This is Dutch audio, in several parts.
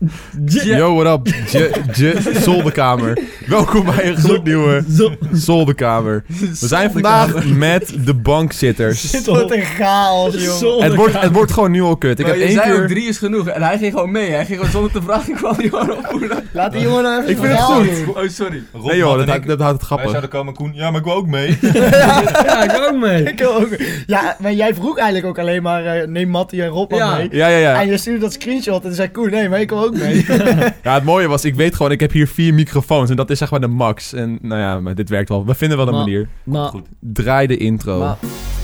Yo, what up? Zolderkamer. Welkom bij een gloednieuwe Zolderkamer. We zijn vandaag met de bankzitters. Wat een chaos, joh. Het wordt gewoon nu al kut. Ik heb je 1 zei keer... ook 3 is genoeg. En hij ging gewoon mee. Hij ging gewoon zonder te vragen. kwam hij gewoon opvoeden. Laat die jongen nou even Ik vind het goed. Oh, sorry. Rob, Nee joh, Matt en dat houdt het Wij grappig. zouden komen, Koen. Ja, maar ik wil ook mee. Ja, ik wil ook mee. Ik wil ook. Ja, maar jij vroeg eigenlijk ook alleen maar, neem Mattie en Rob Ja. al mee. Ja. En je stuurde dat screenshot en toen zei Koen, nee, maar ik wil ook mee. Ja, het mooie was, ik weet gewoon, ik heb hier 4 microfoons en dat is zeg maar de max. En nou ja, maar dit werkt wel. We vinden wel een Maar- manier. Maar Goed. Draai de intro. Maar-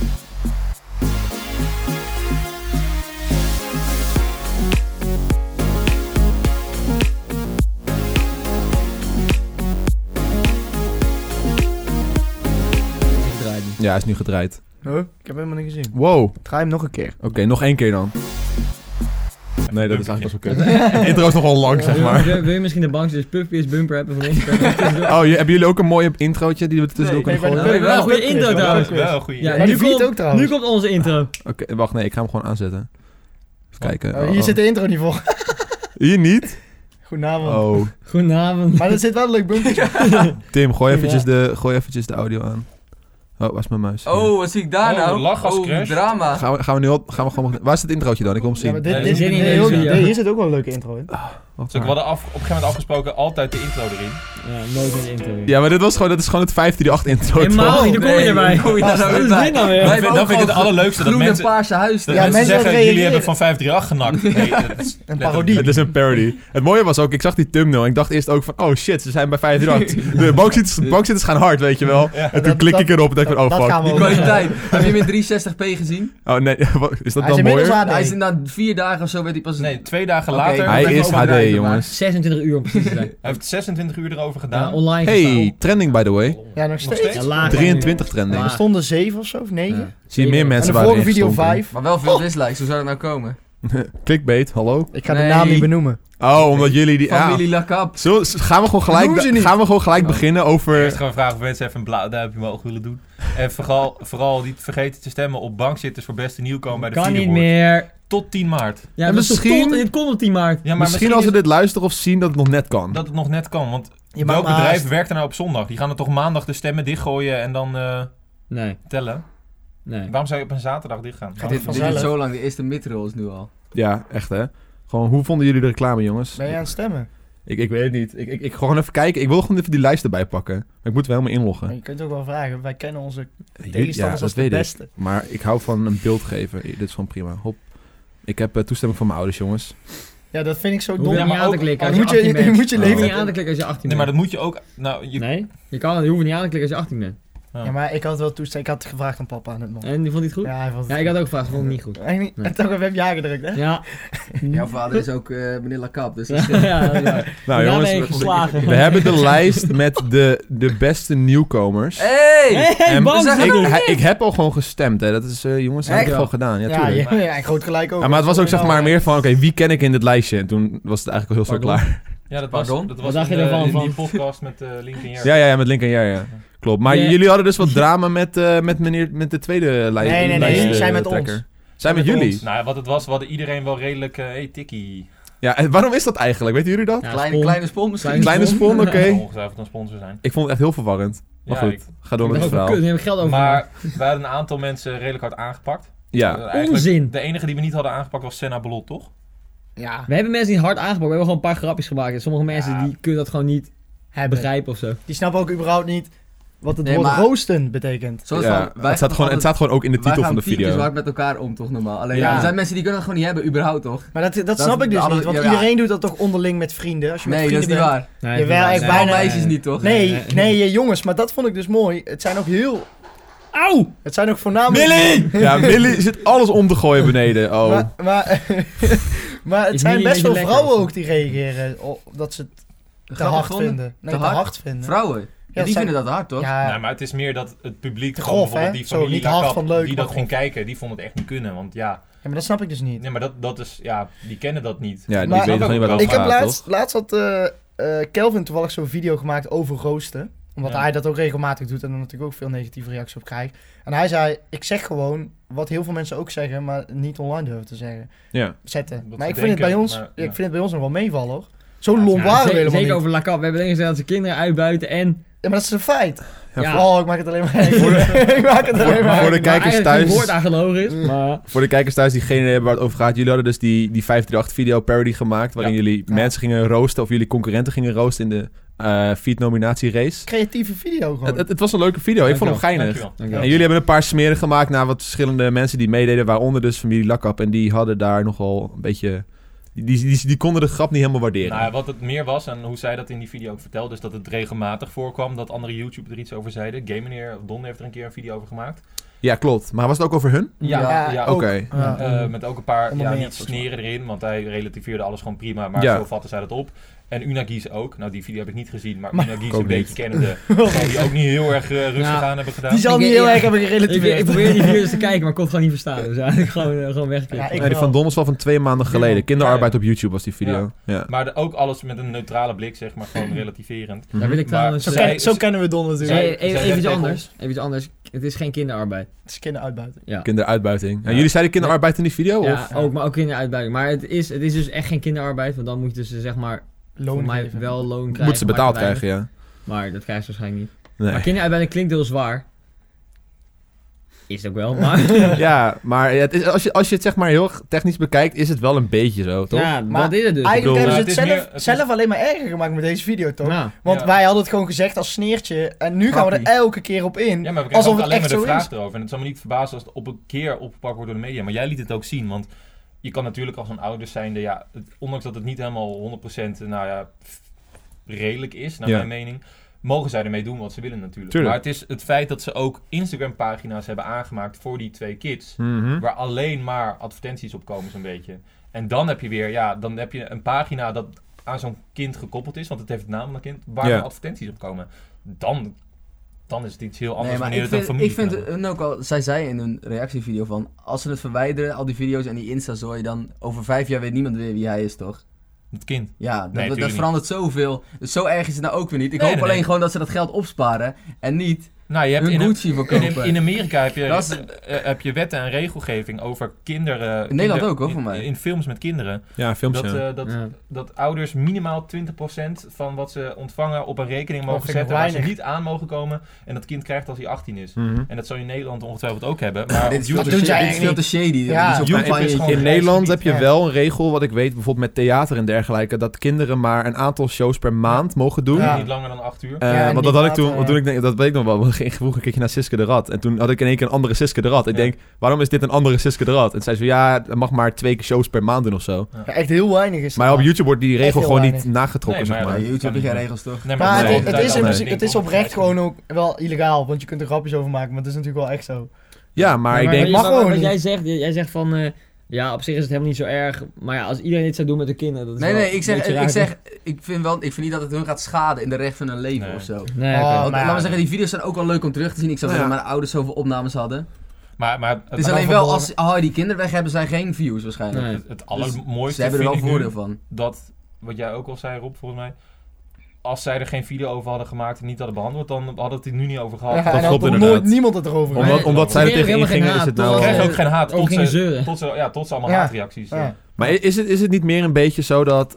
ik draai niet. Ja, hij is nu gedraaid. Huh? Ik heb helemaal niet gezien. Wow. Draai hem nog een keer. Oké, nog 1 keer dan. Nee, dat is eigenlijk best wel kut. De intro is nog wel lang, zeg maar. Wil je misschien de bankjes Puffy bumper hebben van ons? Oh, hebben jullie ook een mooie introotje die we tussendoor kunnen nee, gooien? maar- Wel een goede intro Wel trouwens. Wel een goeie. Ja, Maar nu die beat komt, ook trouwens. nu komt onze intro. Oké, wacht, nee, ik ga hem gewoon aanzetten. Even kijken. Hier zit de intro niet voor. Hier niet? Goedenavond. Oh. Goedenavond. Maar er zit wel een leuk bumpertje. Tim, gooi eventjes de audio aan. Oh, waar is mijn muis? Oh, wat zie ik daar Oh, nou? lachgascrash. Drama. Gaan we nu al... Waar is het introotje dan? Ik wil hem Ja, zien. maar Nee, dit, zit niet in nee, deze joh, video. nee, hier zit ook wel een leuke intro in. Wat Dus we hadden op een gegeven moment afgesproken altijd de intro erin. Ja, nooit een intro. Ja, maar dat is gewoon het 538 intro. Helemaal toch? niet, daar kom je erbij. Hoe je daar Wat nou is weer bij? dit nou weer? Wij Dan hebben vind ook ik het gewoon allerleukste dat groen en mensen, paarse huis. dat Ja, mensen mensen zeggen, reageren. jullie hebben van 538 genakt. Nee, dat is Een letterlijk- parodie. Het is een parody. Het mooie was ook, ik zag die thumbnail en ik dacht eerst ook van, oh shit, ze zijn bij 538. De bankzitters gaan hard, weet je wel. Ja. En toen klik ik erop en dacht ik van, oh Dat gaan fuck. we Die ook. kwaliteit. Heb je hem in 360p gezien? Oh nee, is dat Hij is dan inmiddels mooier? HD. Hij is na 4 dagen of zo werd hij pas... Nee, 2 dagen Oké, later. Hij ben is overdrijven, HD, maar- jongens. 26 uur om precies te zijn. Hij heeft 26 uur erover Ja, gedaan. online Hey, gestaan. trending by the way. Ja, nog Nog steeds. steeds? Ja, laag. 23 trending. Er stonden 7 of zo, of 9. Ja. Zie je meer En mensen de waar vorige video 5. Maar wel veel dislikes. Hoe zou dat nou komen? Clickbait, hallo? Ik ga de Nee. naam niet benoemen. Oh, omdat jullie die... Familie Lakap. Gaan we gewoon gelijk beginnen over... Eerst gaan we vragen of mensen even een blauw duimpje omhoog willen doen. En vooral niet vergeten te stemmen op bankzitters voor beste nieuwkomer bij de Kan niet Videoboard. meer. Tot 10 maart. Ja, En maar misschien- het komt op 10 maart. Ja, maar misschien als we dit luisteren of zien dat het nog net kan. dat het nog net kan. Want Je maakt welk me bedrijf haast. werkt er nou op zondag? Die gaan er toch maandag de stemmen dichtgooien en dan Nee, tellen? nee. Waarom zou je op een zaterdag dichtgaan? Gaat Dit vanzelf. duurt zo lang. De eerste midroll is nu al. Ja, echt hè. Gewoon, hoe vonden jullie de reclame, jongens? Ben je aan het stemmen? Ik weet het niet. Ik gewoon even kijken. Ik wil gewoon even die lijst erbij pakken. Maar ik moet wel helemaal Maar inloggen. je kunt ook wel vragen. Wij kennen onze Ja, tegenstanders als de weet ik. beste. Maar ik hou van een beeld geven. Dit is gewoon prima. Hop. Ik heb toestemming van mijn ouders, jongens. Ja, dat vind ik zo Hoef dom. je niet maar aan te ook- klikken als Dan je moet 18 je bent. moet je Oh. Je hoeft leven... niet aan te klikken als je 18 Nee, maar bent. dat moet je ook... Nou, Nee, je hoeft niet aan te klikken als je 18 bent. Ja, maar ik had wel toestemming. Ik had het gevraagd aan papa aan het moment. En die vond hij het goed? Ja, hij vond het Ja, ik had ook gevraagd, vond het niet goed. Eigenlijk niet. Nee. En toch heb je ja gedrukt, hè? Ja. Jouw vader is ook meneer Lakap. Dus Ja, ja, dat is waar. Nou Daarmee jongens, ben je geslagen. we hebben de lijst met de beste nieuwkomers. Hey! En Bank- ik heb al gewoon gestemd, hè. Dat is, jongens, heb ik Echt? gewoon gedaan. Ja, Ja, tuurlijk. ja, groot gelijk ook. Ja, maar het was ook zeg maar meer van, oké, wie ken ik in dit lijstje? En toen was het eigenlijk al heel snel Pardon? klaar. Ja, dat Pardon? was Wat dacht je in, ervan, in van? die podcast met Link en Jerry. Ja, met Link en ja. Klopt. Maar Ja. jullie hadden dus wat drama met de tweede lijst. Nee, zij met ons. Zij met jullie? Nou ja, wat het was, we hadden iedereen wel redelijk... hey, tikkie. Ja, en waarom is dat eigenlijk? Weten jullie dat? Ja, Kleine spon misschien. Kleine spon, oké. Dat zal ongetwijfeld een sponsor zijn. Ik vond het echt heel verwarrend. Maar Ja, goed, ga door Ik met dacht het ook, verhaal. kut, nu heb ik geld over. Maar wij hadden een aantal mensen redelijk hard aangepakt. Ja, Eigenlijk Onzin. De enige die we niet hadden aangepakt was Senna Belot, toch? Ja, We hebben mensen niet hard aangepakt, we hebben gewoon een paar grapjes gemaakt. En sommige mensen Ja. die kunnen dat gewoon niet hebben. begrijpen of zo. Die snappen ook überhaupt niet wat het Nee, woord maar- roosten betekent. Zoals ja. van, wij Het staat gewoon ook in de titel van de Wij gaan video. hard met elkaar om, toch normaal? Alleen, Ja. er zijn mensen die kunnen dat gewoon niet hebben, überhaupt, toch? Maar dat snap ik dus alle- niet, want ja, iedereen doet dat toch onderling met vrienden? Als je met Nee, dat is vrienden niet bent. waar. Nee, Jawel, dat is ik niet bijna- waar. Meisjes niet, toch? Nee, jongens, maar dat vond ik dus mooi. Het zijn ook heel... Auw! Het zijn ook voornamelijk... Millie! Ja, Millie zit alles om te gooien beneden. Oh. Maar het Is zijn Millie best een wel beetje vrouwen lekker? ook die reageren dat ze het te Grappig hard vonden? vinden. Nee, Te te hard? hard vinden. Vrouwen. Ja, die zijn- vinden dat hard, toch? Ja, Nee, maar het is meer dat het publiek Te gewoon grof, bijvoorbeeld hè? die Zo, familie niet hard Lakap, van leuk, die maar dat ging grof. kijken, die vonden het echt niet kunnen. Want ja, maar dat snap ik dus niet. nee, maar dat is, ja, die kennen dat niet. Ja, die Maar- weten gewoon niet waar het Ik over heb gaat, toch? laatst had Kelvin toevallig zo'n video gemaakt over roosten. Omdat Ja. hij dat ook regelmatig doet en er natuurlijk ook veel negatieve reacties op krijgt. En hij zei, ik zeg gewoon wat heel veel mensen ook zeggen, maar niet online durven te zeggen. Ja. Zetten. Dat Maar ze ik vind het bij denken, ons, maar, ik ja. vind het bij ons nog wel meevallen, hoor. Zo lomp Ja, waren we helemaal zeker niet. over La Cap. We hebben gezegd dat ze kinderen uitbuiten en... Ja, maar dat is een feit. Ja. Oh, ik maak het alleen maar erger. Ik maak het alleen maar Voor de erger. kijkers eigenlijk thuis. geen woord aan gelogen is, maar... Voor de kijkers thuis die geen idee hebben waar het over gaat. Jullie hadden dus die 538-video parody gemaakt. Waarin jullie mensen gingen roosten of jullie concurrenten gingen roosten in de feed nominatierace. Creatieve video gewoon. Het was een leuke video. Ik vond hem geinig. Dankjewel. En jullie hebben een paar smeren gemaakt naar wat verschillende mensen die meededen. Waaronder dus familie Lakkap. En die hadden daar nogal een beetje... Die konden de grap niet helemaal waarderen. Nou ja, wat het meer was, en hoe zij dat in die video ook vertelde, is dat het regelmatig voorkwam dat andere YouTubers er iets over zeiden. Game Meneer Don heeft er een keer een video over gemaakt. Ja, klopt. Maar was het ook over hun? Ja, ook. Oké. Ja. Met ook een paar, Onder meer, niet volgens mij. sneren erin, want hij relativeerde alles gewoon prima, maar Ja. zo vatten zij dat op. En Unagis ook. Nou, die video heb ik niet gezien, maar Maar- Unagis ook een beetje niet. kennende, zal die ook niet heel erg rustig Ja. aan hebben gedaan. Die zal Ik- niet heel ja. erg hebben Ik gerelativeerd. probeer die video's te kijken, maar ik kon het gewoon niet verstaan. Dus eigenlijk gewoon weggeklikt. Ja, ik Ja, die van Don was wel van 2 maanden geleden. Ja. Kinderarbeid op YouTube was die video. Ja. Maar ook alles met een neutrale blik, zeg maar, gewoon relativerend. Daar wil ik trouwens... Zo, zij- zo kennen we Don natuurlijk. zij- Even zij iets zegt anders. Even iets anders. Het is geen kinderarbeid. Het is kinderuitbuiten. Ja. Kinderuitbuiting. En Ja. jullie zeiden kinderarbeid in die video? Ja, Of? ook, maar ook kinderuitbuiting. Maar het is dus echt geen kinderarbeid, want dan moet je dus zeg maar voor Loon mij geven. wel loon krijgen. Moet ze maar betaald te weinig. krijgen, ja. Maar dat krijgen ze waarschijnlijk niet. Nee. Maar kinderuitbuiting klinkt heel zwaar. Is het ook wel, maar... Ja, maar het is, als je het zeg maar heel technisch bekijkt, is het wel een beetje zo, toch? Ja, Maar wat is het dus? Eigenlijk bedoel, hebben ze het het is zelf, meer- het zelf alleen maar erger gemaakt met deze video, toch? Ja. Want Ja. wij hadden het gewoon gezegd als sneertje. En nu gaan we er elke keer op in. Ja, maar we krijgen Alsof ook het alleen echt maar de zo vraag is. erover. En het zal me niet verbazen als het op een keer opgepakt wordt door de media. Maar jij liet het ook zien, want je kan natuurlijk als een ouders zijnde, ja, ondanks dat het niet helemaal 100% redelijk is, naar Ja. mijn mening, mogen zij ermee doen wat ze willen natuurlijk. Tuurlijk. Maar het is het feit dat ze ook Instagram-pagina's hebben aangemaakt voor die 2 kids, Mhm. waar alleen maar advertenties op komen zo'n beetje. En dan heb je weer, dan heb je een pagina dat aan zo'n kind gekoppeld is, want het heeft het naam van een kind, waar Ja. er advertenties op komen. Dan is het iets heel anders Nee, maar wanneer het een familie ik vind hun ook al, zij zei in hun reactievideo van, als ze het verwijderen, al die video's en die Insta-zooi, dan over 5 jaar weet niemand weer wie hij is, toch? Het kind. Ja, Nee, dat tuurlijk verandert zoveel. Dus zo erg is het nou ook weer niet. Ik Nee, hoop nee, alleen nee. gewoon dat ze dat geld opsparen en niet Nou, je hebt hun Gucci verkopen. in Amerika heb je, Dat is- heb je wetten en regelgeving over kinderen. In Nederland ook, hoor, voor mij. In films met kinderen. Ja, films, Dat, ja. Ja. dat ouders minimaal 20% van wat ze ontvangen op een rekening Dat mogen vind ik zetten waar ze weinig. niet aan mogen komen. En dat kind krijgt als hij 18 is. Mhm. En dat zou je in Nederland ongetwijfeld ook hebben. Maar dit op is veel YouTube te, doen zij dit is veel te shady. Ja. Zo'n YouTube campagne- is gewoon- In Nederland heb je Ja. wel een regel, wat ik weet, bijvoorbeeld met theater en dergelijke, dat kinderen maar een aantal shows per maand mogen doen. Ja. niet langer dan 8 uur. Ja, en Want die dat had ik toen, laten- want toen ik denk, dat weet ik nog wel, we gingen vroeger een keertje naar Siske de Rad. En toen had ik in één keer een andere Siske de Rad. Ik Ja. denk, waarom is dit een andere Siske de Rad? En zei ze, ja, dat mag maar 2 shows per maand doen of zo. Ja, echt heel weinig is Maar dat. op YouTube wordt die Echt regel heel gewoon niet weinig. nagetrokken, Nee, zeg maar maar. Ja, YouTube heb je geen regels, toch? Nee, Maar Nee, het is in dat- principe, dat- het is oprecht gewoon ook wel illegaal. Want je kunt er grapjes over maken, maar het is natuurlijk wel echt zo. Ja, maar ik denk, mag gewoon wat niet. jij zegt van... ja, op zich is het helemaal niet zo erg. Maar ja, als iedereen dit zou doen met de kinderen... Dat is Nee, wel nee, een beetje raar, ik vind niet dat het hun gaat schaden in de recht van hun leven Nee. of zo. Nee, Oh, oké. Want, maar ja. laten we zeggen, die video's zijn ook wel leuk om terug te zien. Ik zag Nou dat ja. mijn ouders zoveel opnames hadden. Maar Het is dan alleen wel, verborgen. als die kinderen weg hebben, zijn geen views waarschijnlijk. Nee. het allermooiste Ze hebben er wel vind ik nu voordeel van. dat, wat jij ook al zei Rob, volgens mij, als zij er geen video over hadden gemaakt en niet hadden behandeld, dan hadden we het er nu niet over gehad. Ja, dat en klopt had nog inderdaad. nooit niemand het erover Omdat- gehad. omdat zij er Ik kreeg tegenin helemaal gingen, geen is het haat, nou... Ik krijg Oh, ook geen haat, ook gingen zeuren. tot ze allemaal Ja. haatreacties. Ja. Maar is het niet meer een beetje zo dat,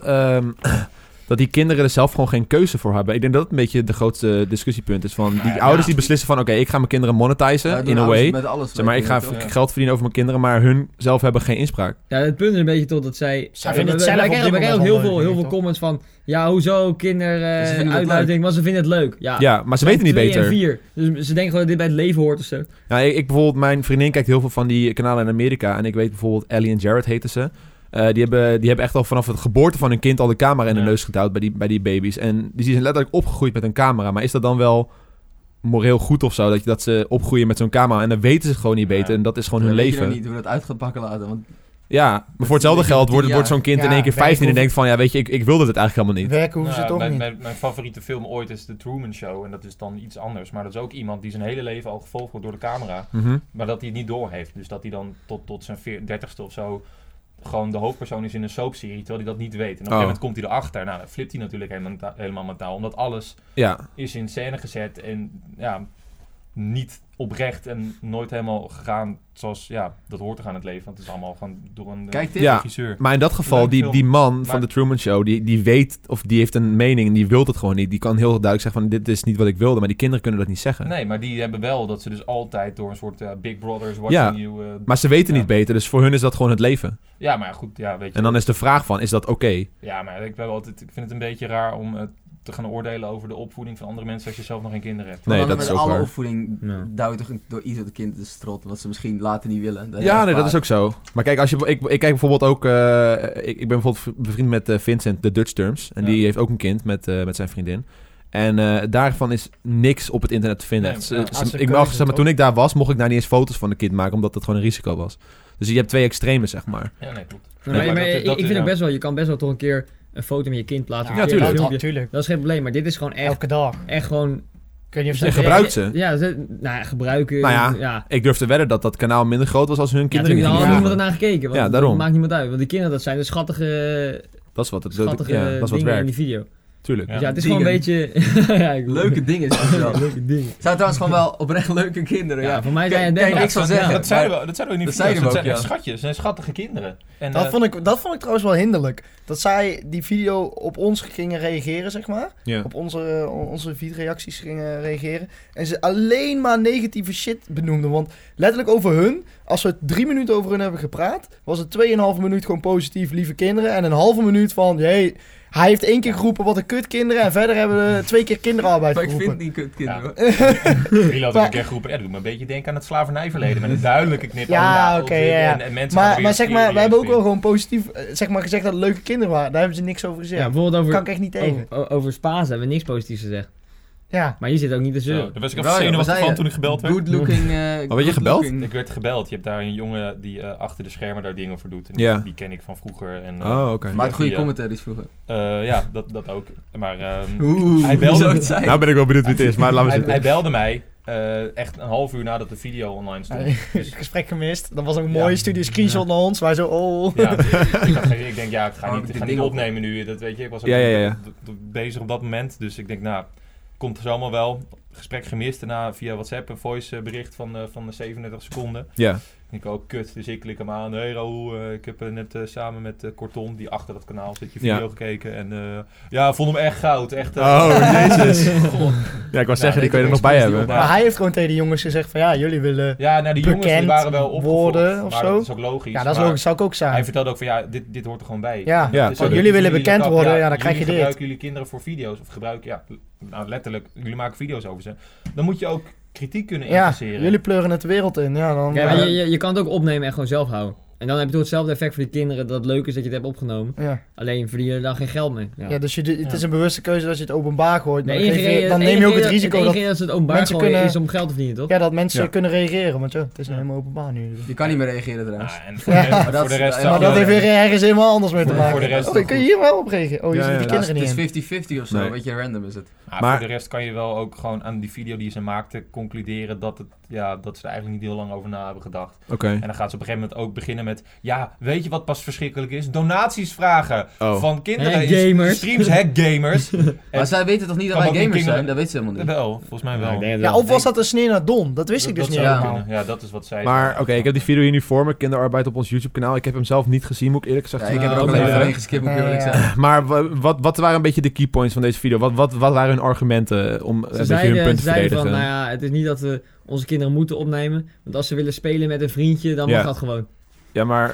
dat die kinderen er zelf gewoon geen keuze voor hebben? Ik denk dat het een beetje de grootste discussiepunt is. Van die Ja, ouders ja. die beslissen van, oké, ik ga mijn kinderen monetizen, Ja, doen in a ouders way. Met alles Zeg maar, ik ga toch? Ja. geld verdienen over mijn kinderen, maar hun zelf hebben geen inspraak. Ja, het punt is een beetje tot dat zij... Zij vinden het zelf wij op dit krijgen ook moment heel wel veel, leuk, heel veel toch? comments van... Ja, hoezo Ze vinden het uitluiting, maar ze vinden het leuk. Ja, Ja, maar ze weten niet 2 en beter. 4. Dus ze denken gewoon dat dit bij het leven hoort of zo. Nou, ik bijvoorbeeld, mijn vriendin kijkt heel veel van die kanalen in Amerika. En ik weet bijvoorbeeld, Ellie en Jared heten ze. Die hebben echt al vanaf het geboorte van hun kind al de camera in de Ja. neus gedouwd bij die baby's. En die zijn letterlijk opgegroeid met een camera. Maar is dat dan wel moreel goed of zo? Dat ze opgroeien met zo'n camera en dan weten ze het gewoon niet beter. Ja. En dat is gewoon hun Dan weet je leven. nog niet hoe dat uit gaat pakken laten. Want Ja, maar voor hetzelfde weet je, geld 10 wordt zo'n kind jaar. in één keer Ja, 15 en werken denkt van... Ja, weet je, ik wilde het eigenlijk helemaal niet. Werken hoeven ze Nou, toch niet. mijn favoriete film ooit is The Truman Show. En dat is dan iets anders. Maar dat is ook iemand die zijn hele leven al gevolgd wordt door de camera. Mhm. Maar dat hij het niet doorheeft. Dus dat hij dan tot zijn 30ste of zo gewoon de hoofdpersoon is in een soapserie. Terwijl hij dat niet weet. En op een gegeven moment komt hij erachter. Nou, dan flipt hij natuurlijk helemaal mentaal. Omdat alles Ja, is in scène gezet. En ja, niet oprecht en nooit helemaal gegaan zoals dat hoort te gaan in het leven. Want het is allemaal gewoon door een Kijk dit. regisseur. Maar in dat geval, die man van de Truman Show, die weet, of die heeft een mening en die wil het gewoon niet. Die kan heel duidelijk zeggen van, dit is niet wat ik wilde, maar die kinderen kunnen dat niet zeggen. Nee, maar die hebben wel dat ze dus altijd door een soort Big Brothers watching you... Maar ze weten niet beter, dus voor hun is dat gewoon het leven. Ja, maar goed, weet je. En dan is de vraag van, is dat oké? Ja, maar ik vind het een beetje raar om te gaan oordelen over de opvoeding van andere mensen als je zelf nog geen kinderen hebt. Nee, Maar dan dat is met ook alle waar. opvoeding duw je toch door ieder het kind te strotten, wat ze misschien later niet willen. Dat is ook zo. Maar kijk, ik kijk bijvoorbeeld ook... ik ben bijvoorbeeld bevriend met Vincent, de Dutch Terms. En die heeft ook een kind met zijn vriendin. En daarvan is niks op het internet te vinden. Maar toen ik daar was, mocht ik daar niet eens foto's van de kind maken, omdat het gewoon een risico was. Dus je hebt twee extremen, zeg maar. Ja, nee, klopt. Ik vind ook best wel, je kan best wel toch een keer een foto met je kind plaatsen. Ja, tuurlijk. Tuurlijk. Dat is geen probleem, maar dit is gewoon echt... Elke dag. Echt gewoon... Ik weet niet of En gebruikt ze. Ja, gebruiken. Nou ja, ik durf te wedden dat dat kanaal minder groot was als hun kinderen. Ja, natuurlijk, niemand ernaar gekeken. Want Ja, daarom. Dat maakt niemand uit. Want die kinderen, dat zijn de schattige Dat is wat het dingen in werkt. die video. Tuurlijk. Ja. Ja, het is gewoon een beetje... Leuke dingen is het wel. Leuke dingen. Het zijn trouwens gewoon wel oprecht leuke kinderen. Ja, voor mij zijn het Kan je net... niks van zeggen. Dat zeiden we niet. Dat zeiden we ook, zijn ja. echt schatjes. Het zijn schattige kinderen. En, Dat vond ik trouwens wel hinderlijk. Dat zij die video op ons gingen reageren, zeg maar. Ja. Op onze feedreacties gingen reageren. En ze alleen maar negatieve shit benoemden. Want letterlijk over hun, als we 3 minuten over hun hebben gepraat, was het 2,5 minuut gewoon positief, lieve kinderen. En een halve minuut van, hey, hij heeft 1 keer geroepen wat een kutkinderen. En verder hebben we 2 keer kinderarbeid Maar ik geroepen. vind die kutkinderen. Jullie hadden een keer geroepen, dat doet me een beetje denken aan het slavernijverleden. Met een duidelijke knip Ja, aan de oké, nagels ja. en mensen gaan weer Maar zeg maar, serieus we hebben ook wel doen. gewoon positief zeg maar, gezegd dat het leuke kinderen waren. Daar hebben ze niks over gezegd. Ja, bijvoorbeeld kan ik echt niet tegen. over Spaas hebben we niks positiefs gezegd. Ja. Maar hier zit ook niet te Zo, zeuren. daar was ik Wel, even ja, zenuwachtig wat van zei toen ik gebeld werd. Good looking. werd je gebeld? Ik werd gebeld. Je hebt daar een jongen die achter de schermen daar dingen voor doet. En Ja. die ken ik van vroeger. En, Oké. Maar het goede commentaries vroeger. Ja, dat ook. Maar Oeh, hij belde wie zou me- het zijn? Nou ben ik wel benieuwd wie het is, maar laten we hij zitten. belde mij echt een half uur nadat de video online stond. Dus, Het gesprek gemist. Dat was ook een mooie studie screenshot naar ons. Waar zo, ja, ik denk, ik ga niet opnemen nu. Dat weet je, ik was ook Ja. bezig op dat moment. Dus ik denk, komt er zo allemaal wel. Gesprek gemist. Daarna via WhatsApp een voice bericht van 37 seconden. Ja. Ik ook kut, dus ik klik hem aan. Hey Raoul, ik heb net samen met Korton, die achter dat kanaal zit, je video gekeken. En vond hem echt goud. Echt, Jezus. Ja, ik wou zeggen, die kun je er nog bij hebben. Maar hij heeft gewoon tegen die jongens gezegd van ja, jullie willen... Ja, die jongens die waren wel opgevolgd. worden of maar zo. dat is ook logisch. Ja, dat is maar logisch. Zou ik ook zijn. Hij vertelde ook van dit hoort er gewoon bij. Ja, Ja, Het is ook- jullie willen jullie bekend kap, worden, ja, dan krijg je dit. gebruiken jullie kinderen voor video's. Of letterlijk, jullie maken video's over ze. Dan moet je ook kritiek kunnen Ja, interesseren. jullie pleuren het de wereld in. Ja, dan... Ja, maar je kan het ook opnemen en gewoon zelf houden. En dan heb je toch hetzelfde effect voor die kinderen dat het leuk is dat je het hebt opgenomen. Ja. Alleen verdien je er dan geen geld mee. Ja. Ja, dus het is een bewuste keuze dat je het openbaar gooit. Maar De enige reden- dan de neem je ook enige het risico enige dat, reden dat ze het openbaar mensen gooien kunnen- is om geld te verdienen, toch? ja, dat mensen Ja. kunnen reageren. Want het is nou helemaal openbaar nu. Je kan niet meer reageren trouwens. Ja, en voor, Ja. de, Maar voor dat de is- rest... ja, Maar zou- dat heeft weer ergens helemaal anders mee te Voor maken. de rest Oh, toch kun je hier wel op reageren? Oh, je Ja, ziet ja, die dat kinderen Het niet is in. 50-50 of zo, Nee. een beetje random is het. Maar Maar- voor de rest kan je wel ook gewoon aan die video die ze maakte concluderen dat ze er eigenlijk niet heel lang over na hebben gedacht. Oké. En dan gaat ze op een gegeven moment ook beginnen met... Ja, weet je wat pas verschrikkelijk is? Donaties vragen van kinderen Hackgamers. streams, hackgamers. Maar zij weten toch niet dat kan wij ook die gamers zijn? kinderen- Dat weten ze helemaal niet. Wel, volgens mij wel. ik denk dat Ja, wel. of was dat een sneer naar Don? Dat wist ik dus Dat niet zou helemaal. kunnen. Ja, dat is wat zij Maar zei. oké, ik heb die video hier nu voor me, kinderarbeid op ons YouTube kanaal. Ik heb hem zelf niet gezien, moet ik eerlijk gezegd Ja, ik heb er ook zeggen. al even Ja. doorheen geskipt, moet ik eerlijk Ja. zeggen. Maar wat waren een beetje de key points van deze video? Wat waren hun argumenten om een beetje hun punt te zeiden verdedigen? van, nou ja, het is niet dat we onze kinderen moeten opnemen. Want als ze willen spelen met een vriendje, dan mag Ja. dat gewoon. Ja, maar...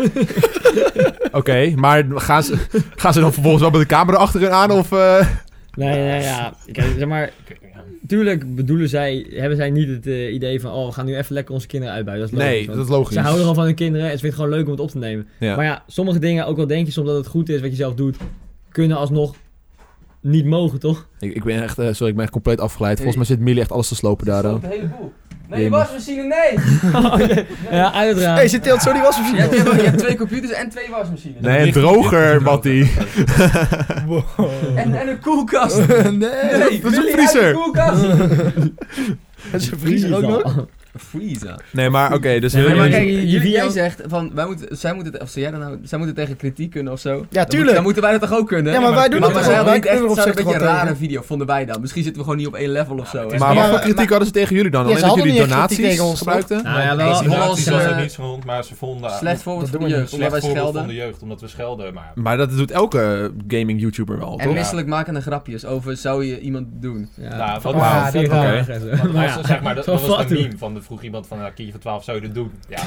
Oké, maar gaan ze dan vervolgens wel met de camera achter hun aan? Of, Nee, ja. Kijk, zeg maar, Ja. tuurlijk hebben zij niet het idee van, we gaan nu even lekker onze kinderen uitbuiten. Dat is logisch, Nee, want dat is logisch. ze houden gewoon van hun kinderen en ze vinden het gewoon leuk om het op te nemen. Ja. Maar ja, sommige dingen, ook al denk je soms dat het goed is wat je zelf doet, kunnen alsnog niet mogen, toch? Ik ben echt, sorry, ik ben echt compleet afgeleid. Volgens mij zit Millie echt alles te slopen daar. De hele boel. Nee, Jemig. wasmachine, nee! Ja, uiteraard. Hey, ze tilt zo die wasmachine op. Je hebt 2 computers en 2 wasmachines. Nee, een droger, Mattie. Wow. En een koelkast. Nee, Nee, dat is een Willy, vriezer. uit de koelkast. dat is een vriezer ook nog. Freeze. Nee, maar oké, dus... Nee, Nee, maar jullie- kijk, jullie jij ook- zegt van, zij moeten tegen kritiek kunnen of zo. Ja, tuurlijk. Dan moeten wij dat toch ook kunnen? Ja, maar wij doen Maar dat zij toch ook. hadden Wij niet echt, kunnen er het op zou zich een beetje wel een rare tegen. video, vonden wij dan. Misschien zitten we gewoon niet op één level of zo. het hè. is Maar meer- wat voor kritiek hadden ze tegen jullie dan? Ja, Alleen ze dat hadden jullie niet echt kritiek donaties tegen ons, gebruikten? Nou ja, wel... Donaties was Hollandse- het niet gerond, maar ze vonden... Slecht voorbeeld dat van de doen we jeugd, omdat wij slecht voorbeeld van schelden. de jeugd, omdat we schelden. Maar Maar dat doet elke gaming-YouTuber wel, En toch? misselijkmakende grapjes over zou je iemand doen. Ja, Nou, van- wat- Ja, van- dat van- wel. en zo. want Maar als, ja, zeg maar, dat zo was wat een doen. meme van, vroeg iemand van, kindje van 12, zou je dat doen? Ja,